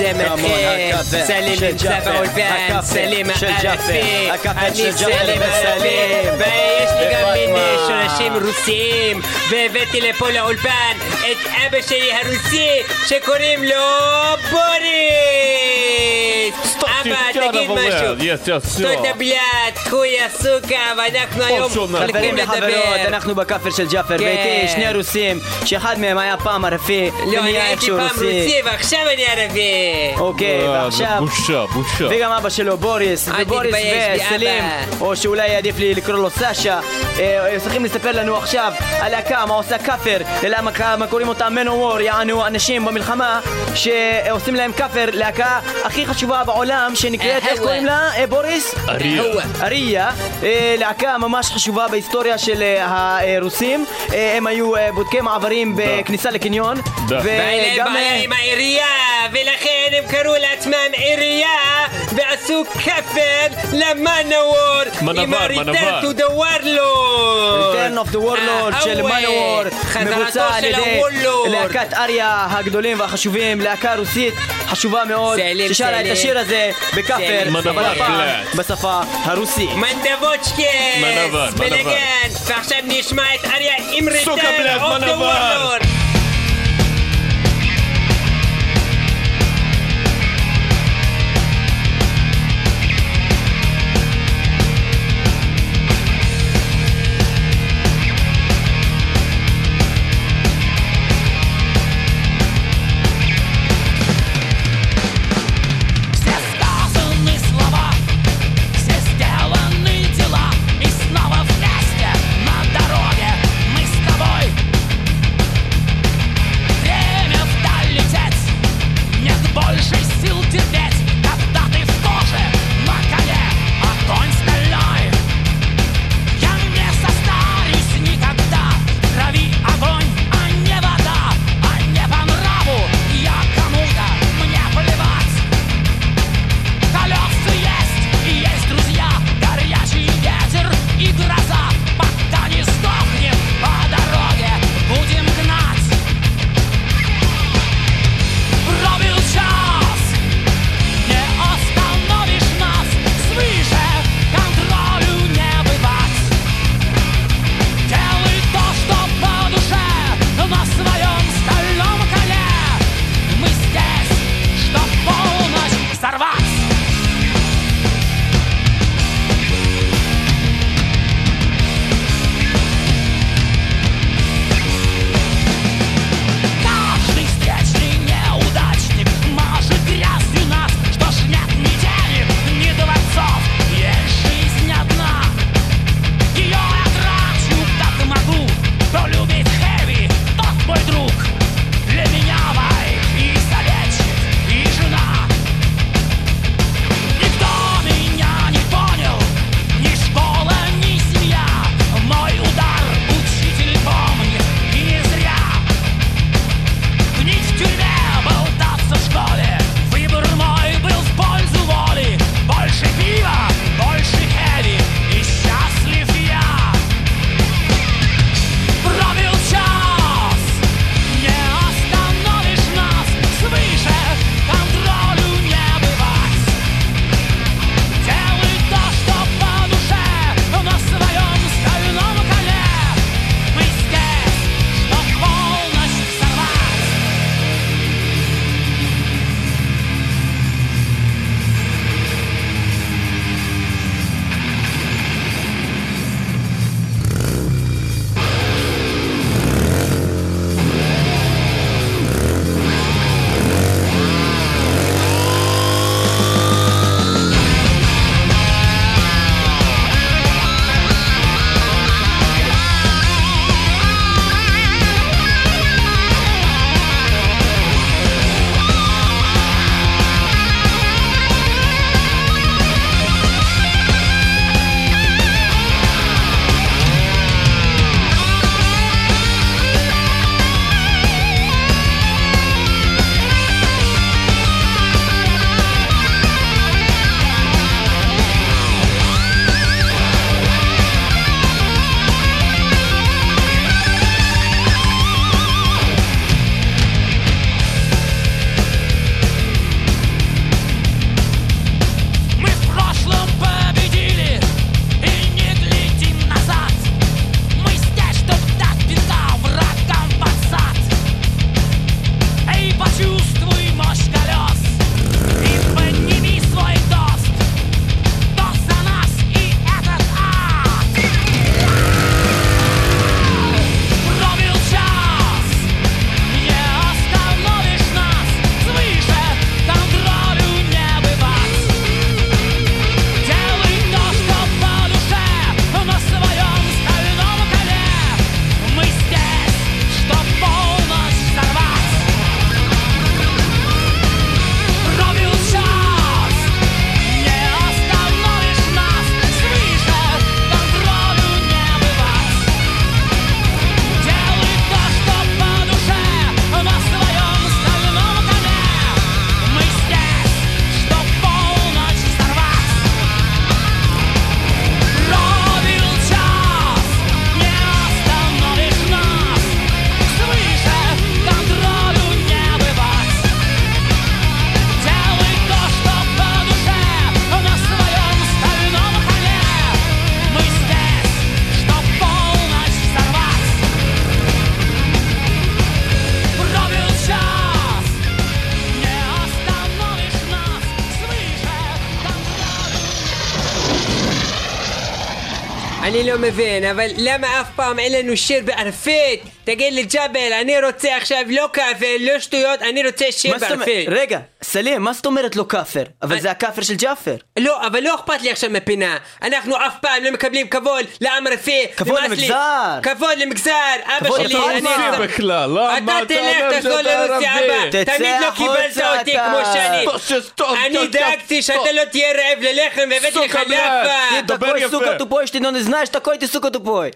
Come on, הקאפר של ג'אפר, הקאפר של ג'אפר וסלים. ויש לי גם מין שורשים רוסיים, והבאתי לפה לאולפן את אבא שלי הרוסי שקוראים לו בוריס. אבא, תגיד משהו. תודה בלעד, קחוי הסוכה, ואנחנו היום חברים וחברות, אנחנו בקאפר של ג'אפר, ואיתי שני רוסים, שאחד מהם היה פעם ערבי, לא, אני הייתי פעם רוסי ועכשיו אני ערבי. אוקיי, ועכשיו בושה. וגם אבא שלו בוריס, ובוריס וסלים, או שאולי עדיף לי לקרוא לו סשה, צריכים לספר לנו עכשיו על להקה, מה עושה כאפר, למה קוראים אותם מנוור, יענו אנשים במלחמה שעושים להם כאפר, להקה הכי חשובה בעולם שנקראת, איך קוראים לה, בוריס? אריה, להקה ממש חשובה בהיסטוריה של הרוסים, הם היו בודקי מעברים בכניסה לקניון, והיה להם בעיה עם העירייה, ולכן הם קראו לעצמם עירייה ועשו כאפר למנוור עם ה-Return to the Warlord, Return of the Warlord של מנוור, מבוצע על ידי להקת אריה הגדולים והחשובים, להקה רוסית חשובה מאוד ששרה את השיר הזה בכאפר, אבל הפעם בשפה הרוסית. מנדבוצ'קס, בלגן, ועכשיו נשמע את אריה עם Return of the Warlord. אני לא מבין, אבל למה אף פעם אין לנו שיר בערבית? תגיד לי ג'אבל, אני רוצה עכשיו לא כאפר, לא שטויות, אני רוצה שיר בערבית. רגע, סלים, מה זאת אומרת לא כאפר? אבל זה הכאפר של ג'אפר. לא, אבל לא אכפת לי עכשיו מפינה. אנחנו אף פעם לא מקבלים כבוד לעם ערבי. כבוד למגזר. כבוד למגזר. אבא שלי, אני בכלל, אתה תלך תחזור לרוסיה הבא. תמיד לא קיבלת אותי כמו שאני. אני דאגתי שאתה לא תהיה רעב ללחם והבאתי לך לאפה. דבר יפה. סוקה תופוי, שתינו נזנש, תקוי תסוקה תופוי.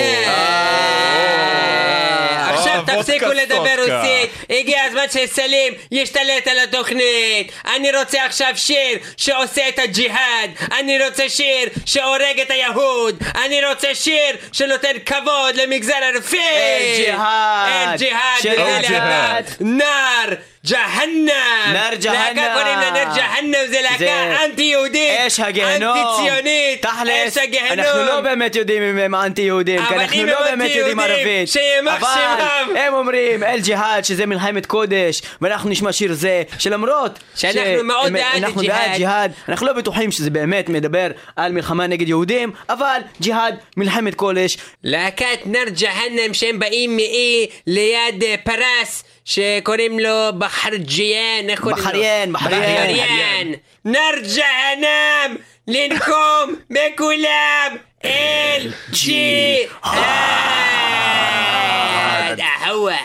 עכשיו תפסיקו לדבר רוסית. הגיע הזמן שסלים ישתלט על התוכנית. אני רוצה עכשיו שיר שעושה את הג'יהאד. אני רוצה שיר שהורג את היהוד. אני רוצה שיר שנותן כבוד למגזר ערבי. אל ג'יהאד. נאר ג'הנם. נאר ג'הנם. להקה קוראים לה נאר ג'הנם. זה להקה אנטי יהודית, אש הגהנום, אנטי ציונית. תכלס, אש הגהנום. אנחנו לא באמת יודעים אם הם אנטי יהודים, כי אנחנו לא באמת יודעים ערבית. אבל הם אומרים אל ג'יהאד שזה מלחמת קודש, ואנחנו נשמע שיר זה שלמרות שאנחנו מאוד בעד ג'יהאד, אנחנו לא בטוחים שזה באמת מדבר על מלחמה נגד יהודים, אבל ג'יהאד מלחמת קודש. להקת נאר ג'הנם שהם באים מאי ליד פרס שקוראים לו בחרג'יין. בחריין. נאר ג'הנם לנקום בכולם אל ג'יהאד. אהווה.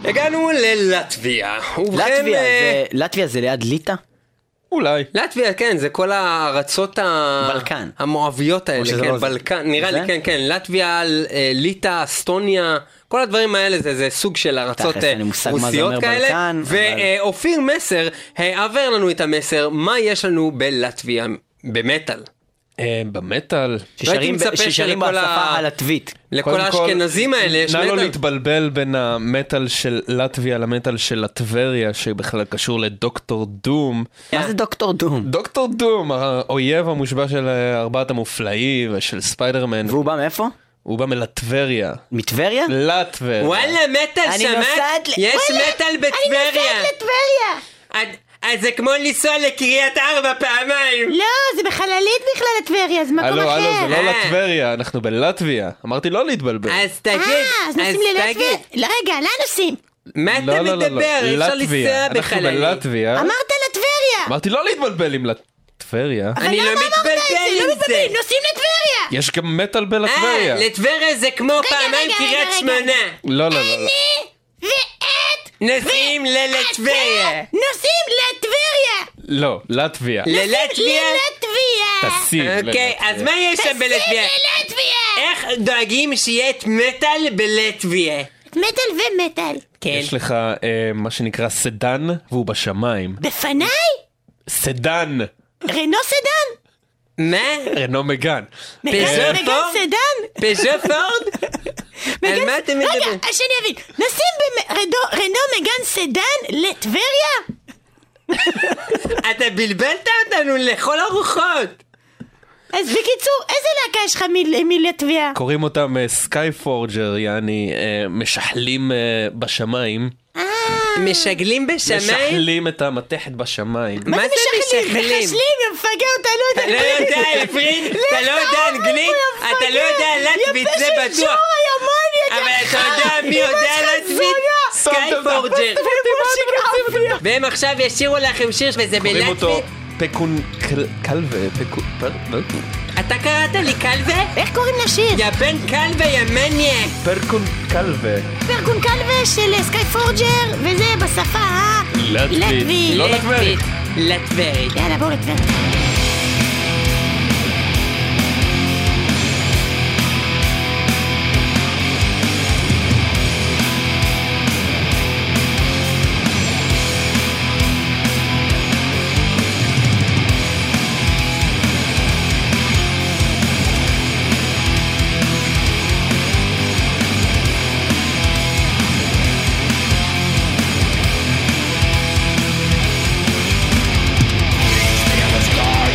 הגענו ללטביה. לטביה זה ליד ליטא? אולי. לטביה, כן, זה כל הארצות בלקן. המואביות האלה, כן, בלקן, נראה לי, כן, כן, לטביה, ליטא, אסטוניה, כל הדברים האלה זה סוג של ארצות רוסיות כאלה, ואופיר מסר העבר לנו את המסר, מה יש לנו בלטביה במטל? במטל. ששרים בשפה הלטבית. לכל האשכנזים האלה יש מטל. נא לא להתבלבל בין המטל של לטביה למטל של לטבריה, שבכלל קשור לדוקטור דום. מה זה דוקטור דום? דוקטור דום, האויב המושבע של ארבעת המופלאים ושל ספיידרמן. והוא בא מאיפה? הוא בא מלטבריה. מטבריה? לטבריה. וואלה, מטל, שמעת? יש מטל בטבריה. אני נוסעת לטבריה. אז זה כמו לנסוע לקריית 4 פעמיים. לא, זה בחללית בכלל לטבריה, זה מקום אחר. הלו, זה לא לטבריה, אנחנו בלטביה. אמרתי לא להתבלבל. אז תגיד, אז נוסעים ללטביה? רגע, לאן נוסעים? מה אתה מדבר? אי אפשר לנסוע בחללית. אנחנו בלטביה. אמרת לטבריה. אמרתי לא להתבלבל עם לטבריה. אני לא מתבלבל עם זה. נוסעים לטבריה. יש גם מטל בלטבריה. לטבריה זה כמו פעמיים קריית שמונה. לא. אני ואת נוסעים ללטבריה. נוסעים לטבריה. לא, לטביה. ללטביה? תסיב ללטביה. אוקיי, אז מה יש שם בלטביה? איך דואגים שיהיה את מטל בלטביה? מטל ומטל. כן. יש לך מה שנקרא סדן, והוא בשמיים. בפניי? סדן. רנו סדן? מה? רנו מגן. מגן סדן? פז'ו פורד? על מה אתם מדברים? רגע, שאני אבין. נשים רנו מגן סדן לטבריה? אתה בלבלת אותנו לכל הרוחות. אז בקיצור, איזה להקה יש לך מלטביה? קוראים אותם סקאי פורג'ר, יעני משחלים בשמיים. משגלים בשמיים? משחלים את המתכת בשמיים. מה זה משחלים? מחשלים, יא מפגע אותנו. אתה לא יודע עברית, אתה לא יודע אנגלית, אתה לא יודע לטבית, זה בטוח. אבל אתה יודע מי יודע לטבית? סקאי פורג'ר. והם עכשיו ישירו לכם שיר וזה בלטבית. קוראים אותו פקון קלווה. אתה קראת לי קלווה? איך קוראים לשיר? יא בן קלווה, יא מניאק. פרקון קלווה. פרקון קלווה של סקאי פורג'ר, וזה בשפה הלטבית. לא לטברית. לטברית. יאללה, בואו לטברית. Stay in the sky.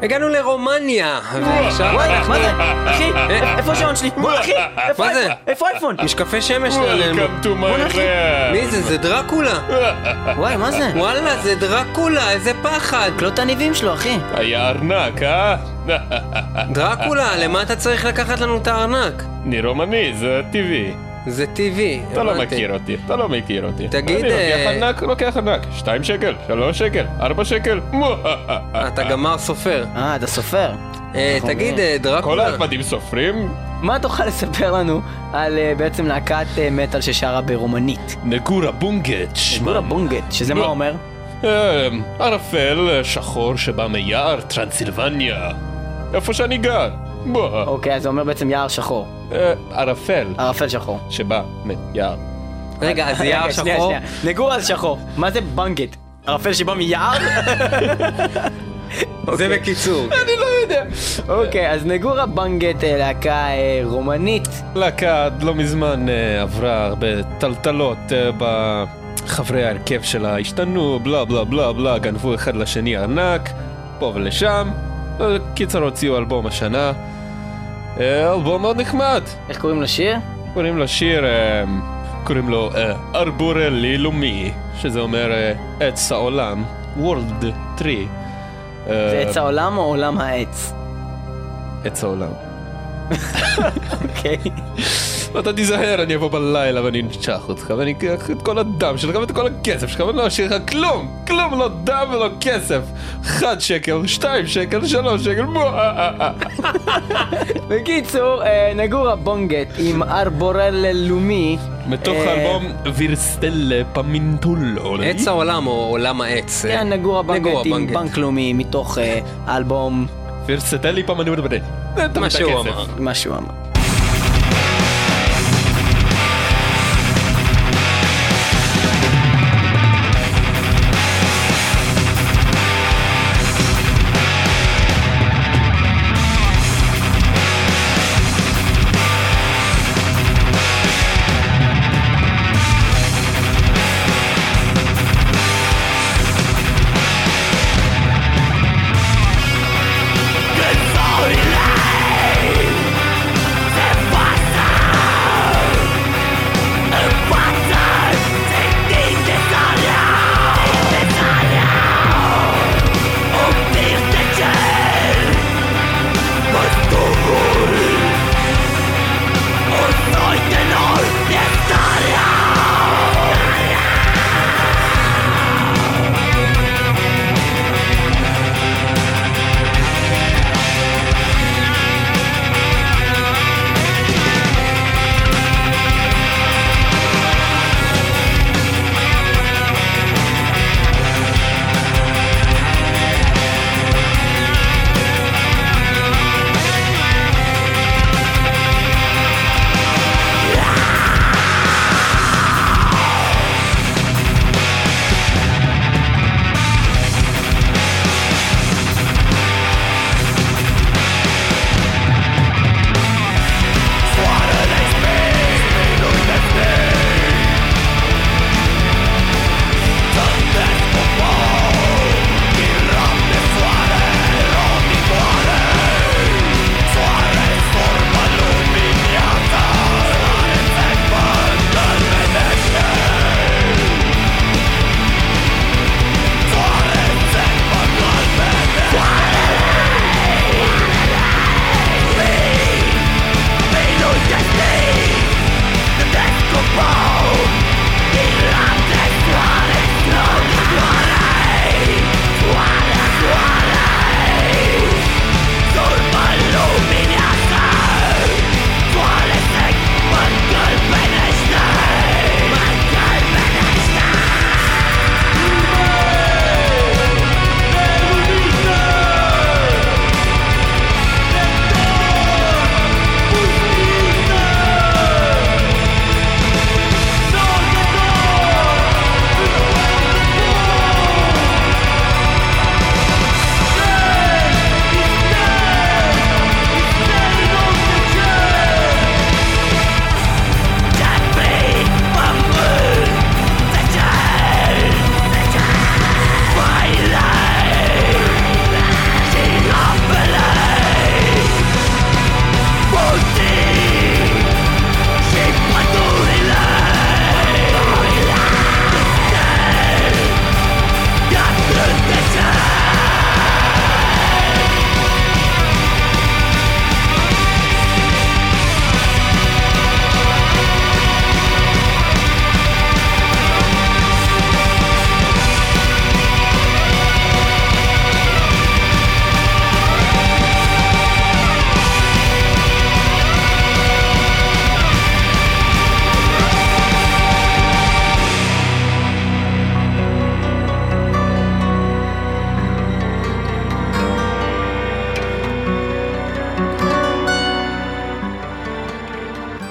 הגענו לרומניה. ועכשיו... וואי, מה זה? אחי, איפה השעון שלי? אחי, איפה מה זה? האייפון? איפה האייפון? משקפי שמש. Welcome to my realm. מי זה? זה דרקולה. וואי, מה זה? וואלה, זה דרקולה, איזה פחד. לא את הניבים שלו, אחי. היה ארנק, אה? דרקולה, למה אתה צריך לקחת לנו את הארנק? אני רומני, זה טבעי. זה טבעי. אתה לא הבנתי. מכיר אותי, אתה לא מכיר אותי. תגיד, אני לוקח ענק, 2 שקל, 3 שקל, 4 שקל. אתה גמר סופר. אתה סופר. תגיד, כל דרקולה. העבדים סופרים? מה תוכל לספר לנו על בעצם להקת מטל ששרה ברומנית? נגורה בונגט, גורה בונגט, שזה מה אומר? ערפל שחור שבא מיער טרנסילבניה. איפה שאני גר. אוקיי, אז זה אומר בעצם יער שחור. ערפל ערפל שחור. שבא מיער. רגע, אז יער רגע, שנייה, שחור? שנייה. נגורה זה שחור. מה זה בנגט? ערפל שבא מיער? זה בקיצור. אני לא יודע. אוקיי, אז נגורה בנגט להקה רומנית. להקה עד לא מזמן עברה הרבה טלטלות בחברי ההרכב שלה, השתנו, בלה בלה בלה בלה, גנבו אחד לשני ארנק, פה ולשם. קיצר הוציאו אלבום השנה. אלבום מאוד נחמד. איך קוראים לשיר? קוראים לשיר, קוראים לו ארבורלי לומי, שזה אומר עץ העולם, World Tree. זה עץ העולם או עולם העץ? עץ העולם. אוקיי. ואתה תיזהר, אני אבוא בלילה ואני אנשך אותך ואני אקח את כל הדם שלך ואת כל הכסף שלך ואני לא אשאיר לך כלום, כלום, לא דם ולא כסף. 1 שקל, 2 שקל, 3 שקל. בקיצור, נגורה בונגט עם ארבורל לומי. מתוך האלבום וירסטלה פמינטולו. עץ העולם או עולם העץ. כן, נגורה בונגט עם בנגט. בנק לאומי מתוך האלבום. וירסטלי פמינטולו. מה שהוא אמר. מה שהוא אמר.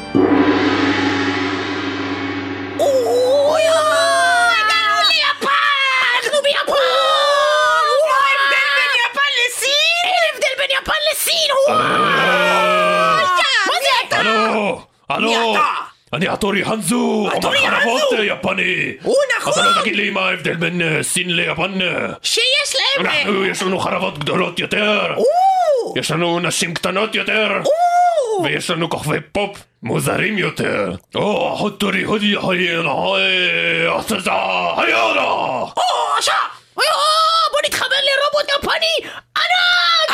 הלו, אני הטורי הנזו, אומר חרבות יפני. הוא נכון. אתה לא תגיד לי מה ההבדל בין סין ליפן? שיש להם... יש לנו חרבות גדולות יותר, יש לנו נשים קטנות יותר, ויש לנו כוכבי פופ מוזרים יותר. הטורי הודי היינה היינה. בוא נתחבר לרובוט יפני ענק!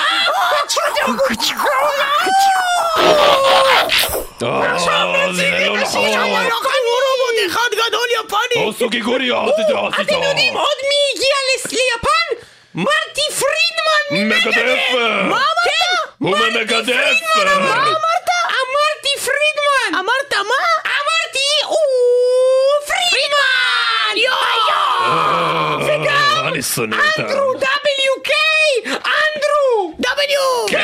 זה לא נכון. רובוט אחד גדול יפני! אתם יודעים עוד מי הגיע ליפן? מרטי פרידמן מגדף! מה אמרת? הוא מגדף! מה אמרת? אמרתי פרידמן! אמרת מה? אמרתי פרידמן! וגם אני שונא אותם. אנדרו WK! אנדרו! W!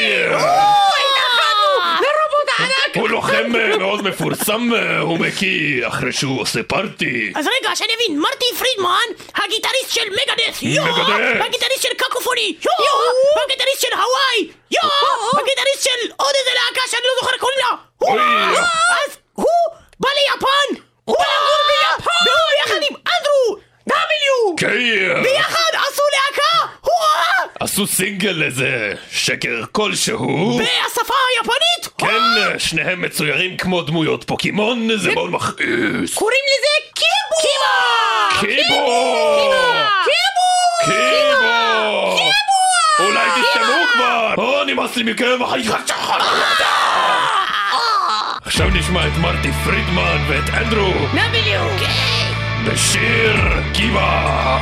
הוא לוחם מאוד מפורסם, הוא מקיא אחרי שהוא עושה פארטי. אז רגע, שאני אבין, מרטי פרידמן, הגיטריסט של מגדף, הגיטריסט של קקופוני, הגיטריסט של הוואי, הגיטריסט של עוד איזה להקה שאני לא זוכר קוראים לה. אז הוא בא ליפן, הוא בא לגור ביפן, ביחד עם אנדרו W! ביחד עשו להקה, עשו סינגל איזה שקר כלשהו בשפה היפנית. כן, שניהם מצוירים כמו דמויות פוקימון, זה מאוד מכעיס. קוראים לזה קיבו! אולי תסתמו כבר. נמאס לי מכם. עכשיו נשמע את מרטי פרידמן ואת אנדרו W! בשיר קיבה.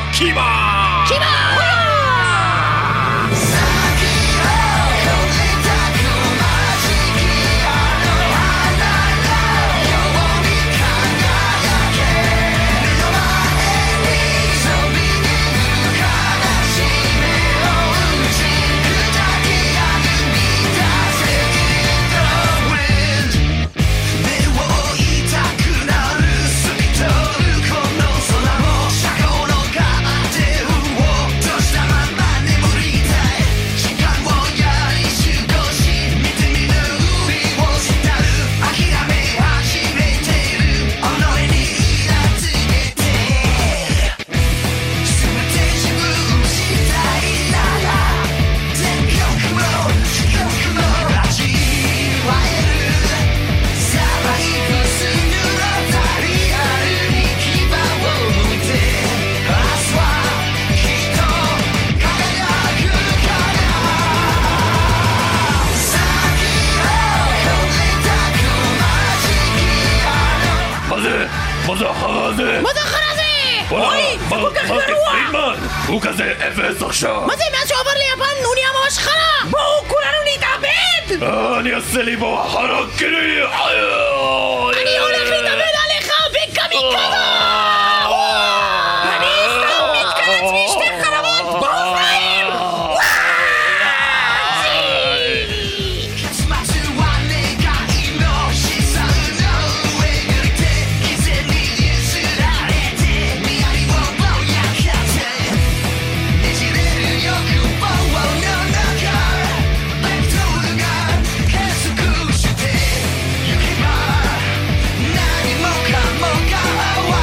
מה זה אחר הזה? אוי, זה כל כך גרוע! הוא כזה אפס עכשיו. מה זה? מאז שהוא עבר ליפן הוא נהיה ממש חרא! בואו כולנו נתאבד! אני אעשה לי בו חרקלי! אני הולך להתאבד עליך בקמיקזה! אני סתם מתקרץ משתי חרבות באופיים! Wow.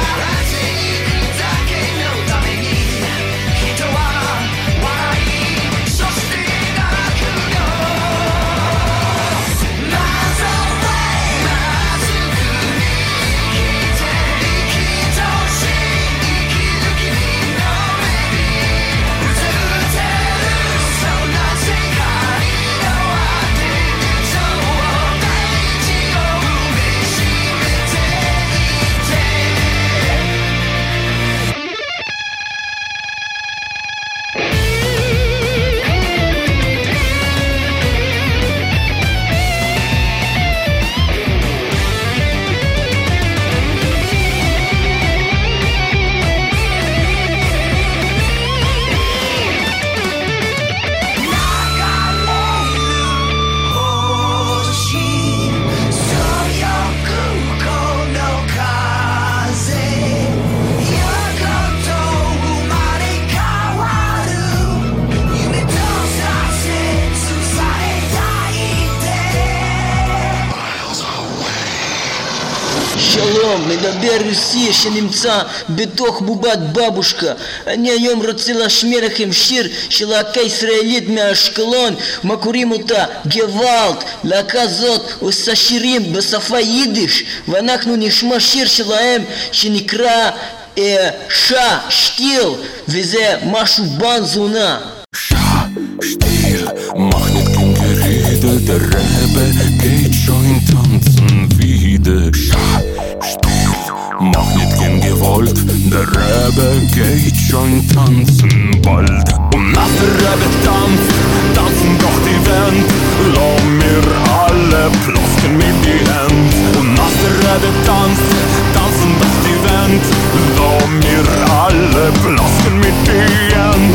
שלום, מדבר רוסי שנמצא בתוך בובת בבושקה. אני היום רוצה להשמיע לכם שיר של להקה ישראלית מאשקלון, מה קוראים אותה? גוואלד. להקה זאת עושה שירים בשפה יידיש, ואנחנו נשמע שיר שלהם שנקרא שטיל, וזה משהו בנזונה. Still, mach nicht kein Gerede, der Rebbe geht schon tanzen wieder. Still, mach nicht kein Gewalt, der Rebbe geht schon tanzen bald. Und nach der Rebbe tanzt, tanzen doch die Wand, lass mir alle plosken mit die Hand. Und nach der Rebbe tanzt, tanzen doch die Wand, lass mir alle plosken mit die Hand.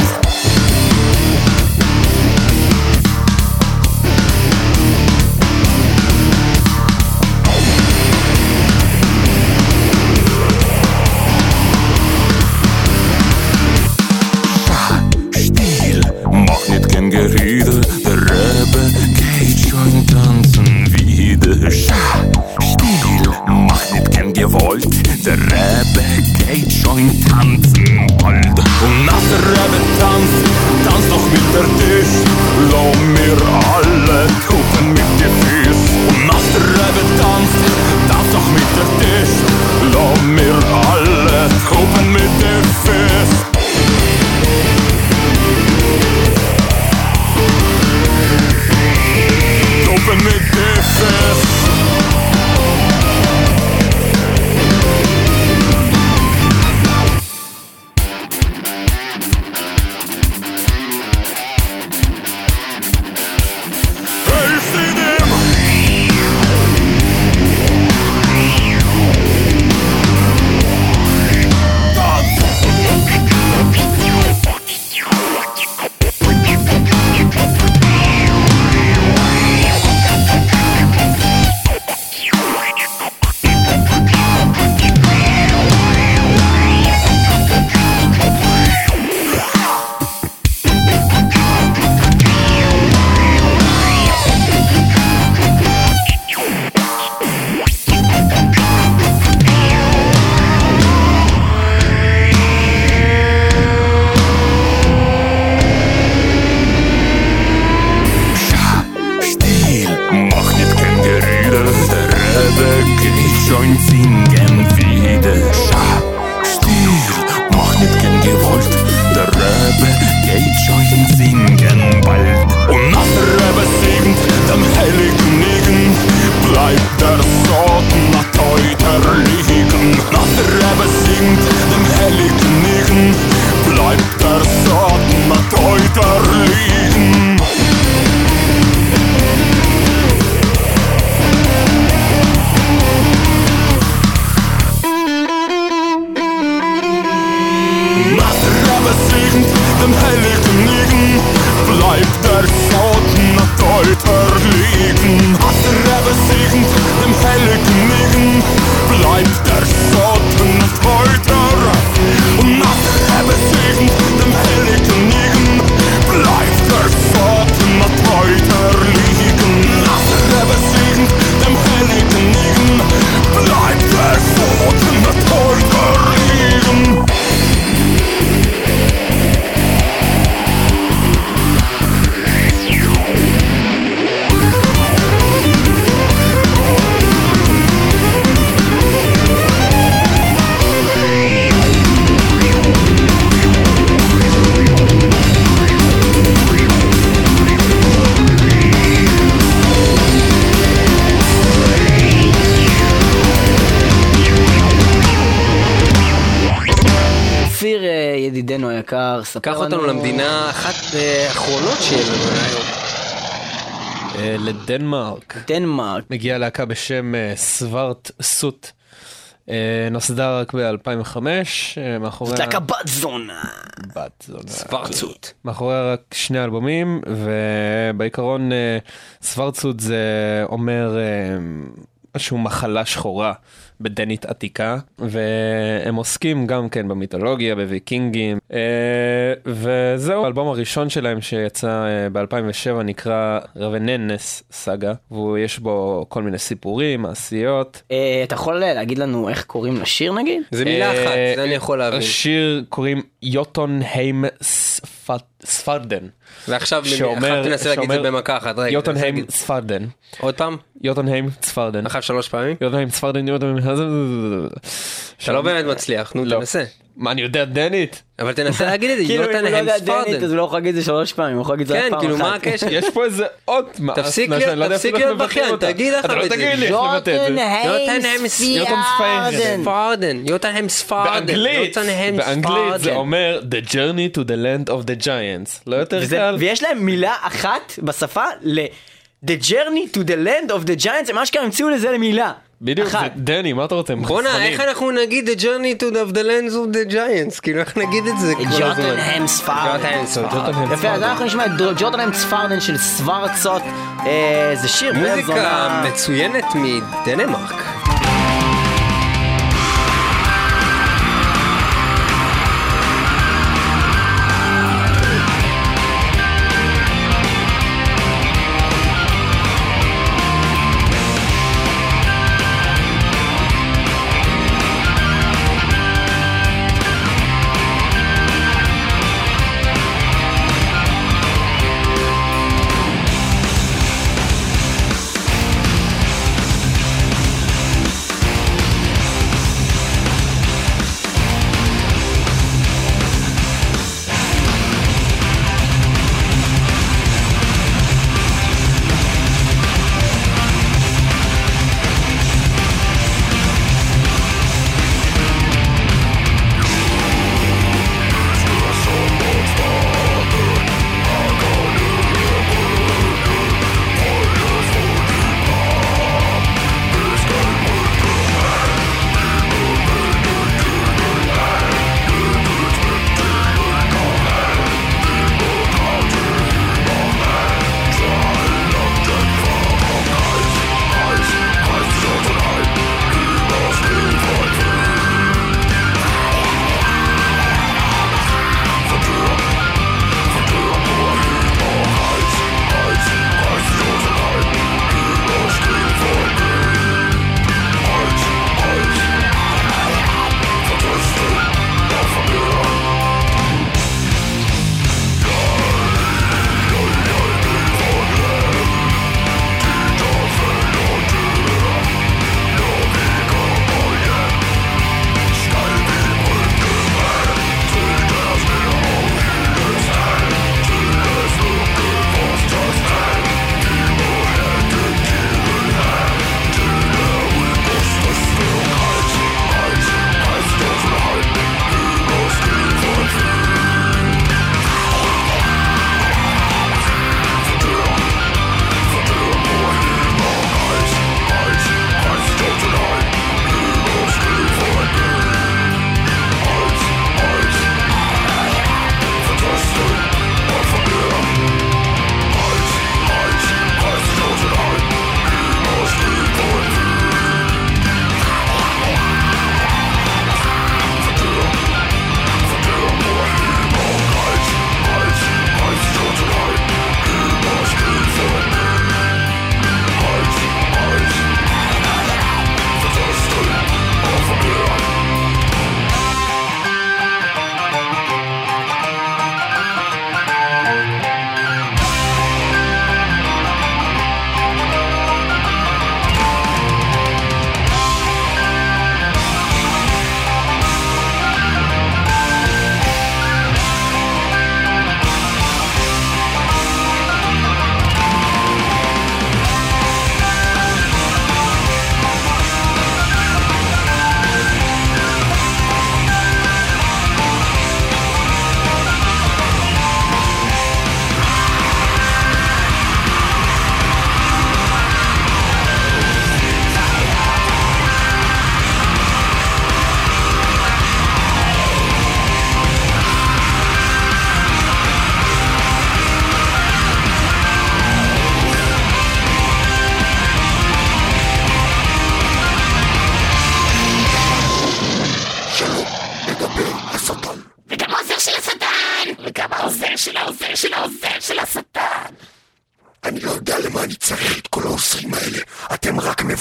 Gerede, der Rebbe geht schon tanzen wieder. Still, mach nicht kein Gewalt, der Rebbe geht schon tanzen bald. Und nach der Rebbe tanzt, tanzt doch mit der Tisch, lass mir alle tupen mit den Füß. Und nach der Rebbe tanzt, tanzt doch mit der Tisch, lass mir alle tupen mit den Füß. Open mit der Fest. ידידנו היקר, קח אותנו למדינה אחת האחרונות שלנו היום. לדנמרק. דנמרק. מגיעה להקה בשם סוורט סוט. נוסדה רק ב-2005. זאת להקה בת זונה. סוורט סוט. מאחוריה רק 2 אלבומים, ובעיקרון סוורט סוט זה אומר איזושהי מחלה שחורה בדנית עתיקה, והם עוסקים גם כן במיתולוגיה, בוויקינגים, וזהו, האלבום הראשון שלהם שיצא ב-2007 נקרא רבננס סאגה, ויש בו כל מיני סיפורים, מעשיות. אתה יכול להגיד לנו איך קוראים לשיר נגיד? זה מילה אחת, זה אני יכול להבין. השיר קוראים יוטנהיים ספרדן. ועכשיו תנסה להגיד את זה במכה אחת. יוטנהיים ספרדן. עוד פעם? יוטנהיים ספרדן. אחת 3 פעמים? יוטנהיים ספרדן, אתה לא באמת מצליח, נו תנסה. מה, אני יודע דנית? אבל תנסה להגיד את זה, כאילו אם הוא לא יוטנהיים יודע דנית ספרדן. אז הוא לא יכול להגיד את זה 3 פעמים, הוא יכול להגיד את זה כן, פעם כאילו אחת. מה הקשר? יש פה איזה אות מאס. תפסיק להיות בכיין, תגיד לך אתה לא תגיד לי איך לבטא את זה. יוטנהיים ספרדן. יוטנהיים ספרדן. באנגלית זה אומר The Journey to the Land of the Giants. לא יותר קל. ויש להם מילה אחת בשפה The Journey to the Land of the Giants, הם אשכרה המציאו לזה למילה. בדיוק, דני, מה אתה רוצה? בונה, איך אנחנו נגיד The Journey to the Lands of the Giants? כאילו, איך נגיד את זה כל הזמן? ג'וטנהיים ספרדן. יפה, אז אנחנו נשמע את ג'וטנהיים ספרדן של סוורצות. זה שיר מוזיקה מצוינת מדנמרק.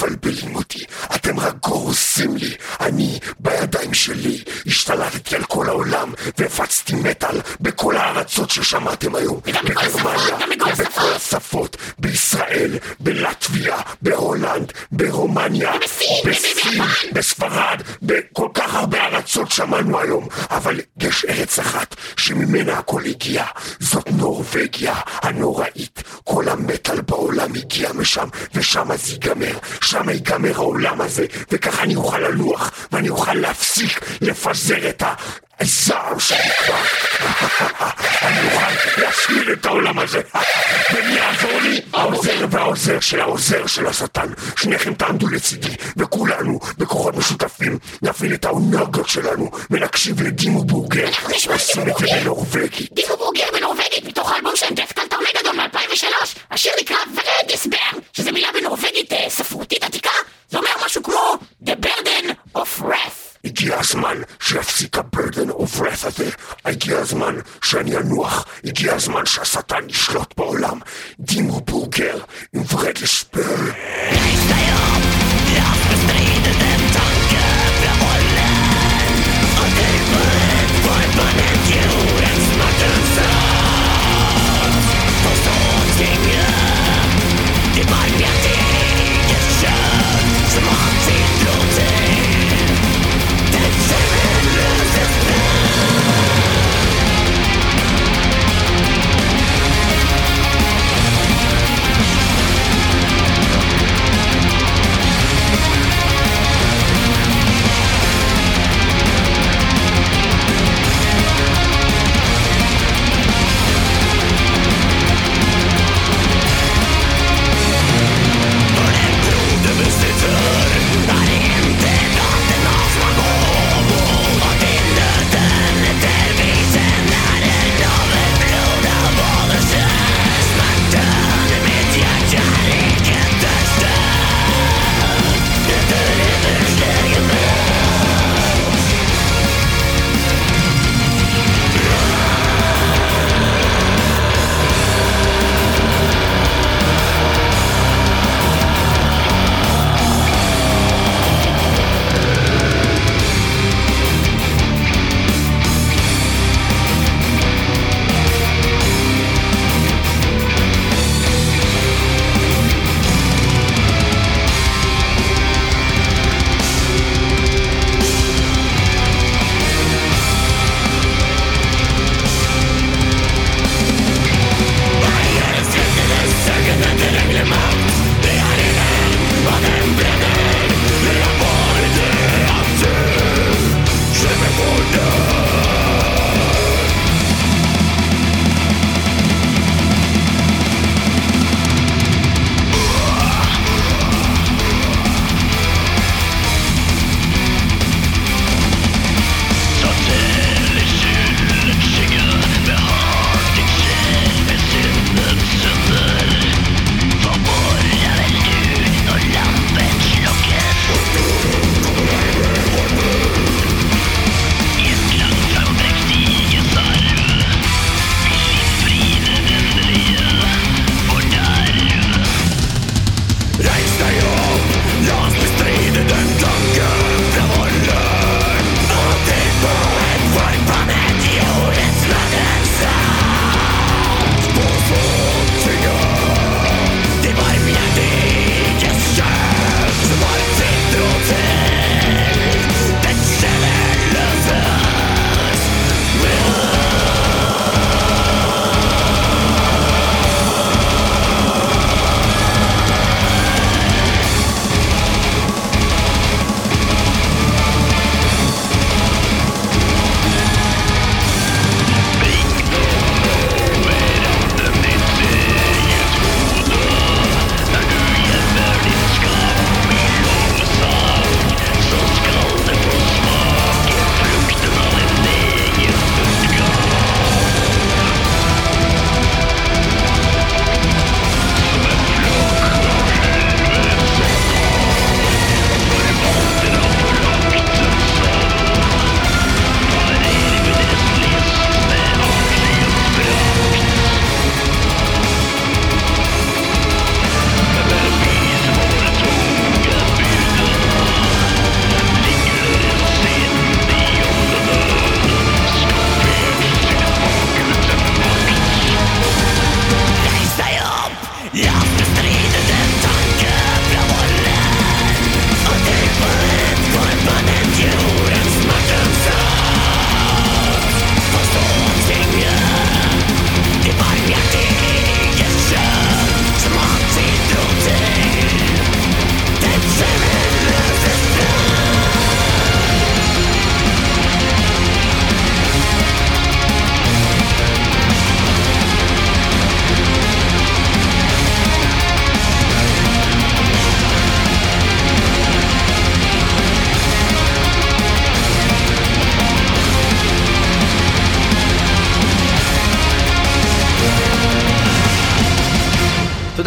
מבלבלים אותי, אתם רק גורסים לי, אני בידיים שלי השתלטתי על כל העולם והפצתי מטל בכל הארצות ששמעתם היום, בגרמניה, בכל השפות, בישראל, בלטביה, בהולנד, ברומניה, בסין, בספרד, בכל כך הרבה ארצות שמענו היום, אבל יש ארץ אחת שממנה הכל הגיע, זאת נורווגיה הנוראית, כל המטל בעולם הגיע משם, ושם זה ייגמר, שם ייגמר העולם הזה, וככה אני אוכל ללוח, ואני אוכל להפסיק לפזר את הזעם שלי כבר. אני אוכל להשמיד את העולם הזה. ומי יעזור לי? העוזר והעוזר של העוזר של השטן. שניכם תעמדו לצידי, וכולנו בכוחות משותפים נפעיל את האונרגיות שלנו ונקשיב לדימו בורגר. עושים את זה בנורווגית. דימו בורגר בנורווגית מתוך האלבום של דפקל טורנדו מ-2003. השיר נקרא ולדיסבר, שזה מילה בנורווגית ספרותית עתיקה. זה אומר משהו כמו The Burden of Wrath. הגיע הזמן שיפסיק ה-burden of wrath הזה, הגיע הזמן שאני אנוח, הגיע הזמן שהשטן ישלוט בעולם. דימו בורגר עם ולדיסבר.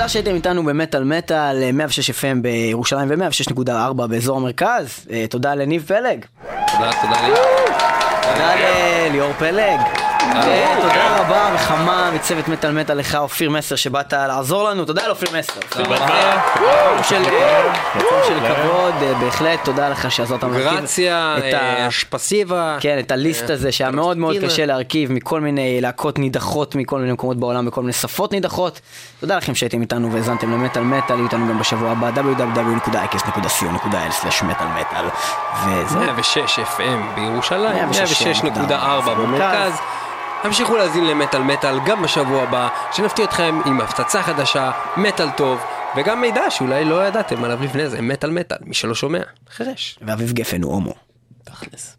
תודה שהייתם איתנו במטל מטל, 106 FM בירושלים ו106.4 באזור המרכז. תודה לניב פלג. תודה לליאור פלג. תודה רבה וחמה מצוות מטל מטל לך אופיר מסר שבאת לעזור לנו. תודה לאופיר מסר. של כבוד, בהחלט תודה לך שעזרת לנו. גרציה, שפסיבה. כן, את הליסט הזה שהיה מאוד מאוד קשה להרכיב מכל מיני להקות נידחות מכל מיני מקומות בעולם, בכל מיני שפות נידחות. תודה לכם שהייתם איתנו והזנתם למטל מטל. יהיו איתנו גם בשבוע הבא www.ix.co.il/מטל-מטל. וזה 106 FM בירושלים, 106.4 במרכז. המשיכו להזין למטל מטל גם בשבוע הבא, שנפתיע אתכם עם הפצצה חדשה, מטל טוב, וגם מידע שאולי לא ידעתם עליו לפני זה, מטל מטל, מי שלא שומע, חרש. ואביב גפן הוא הומו. תכלס.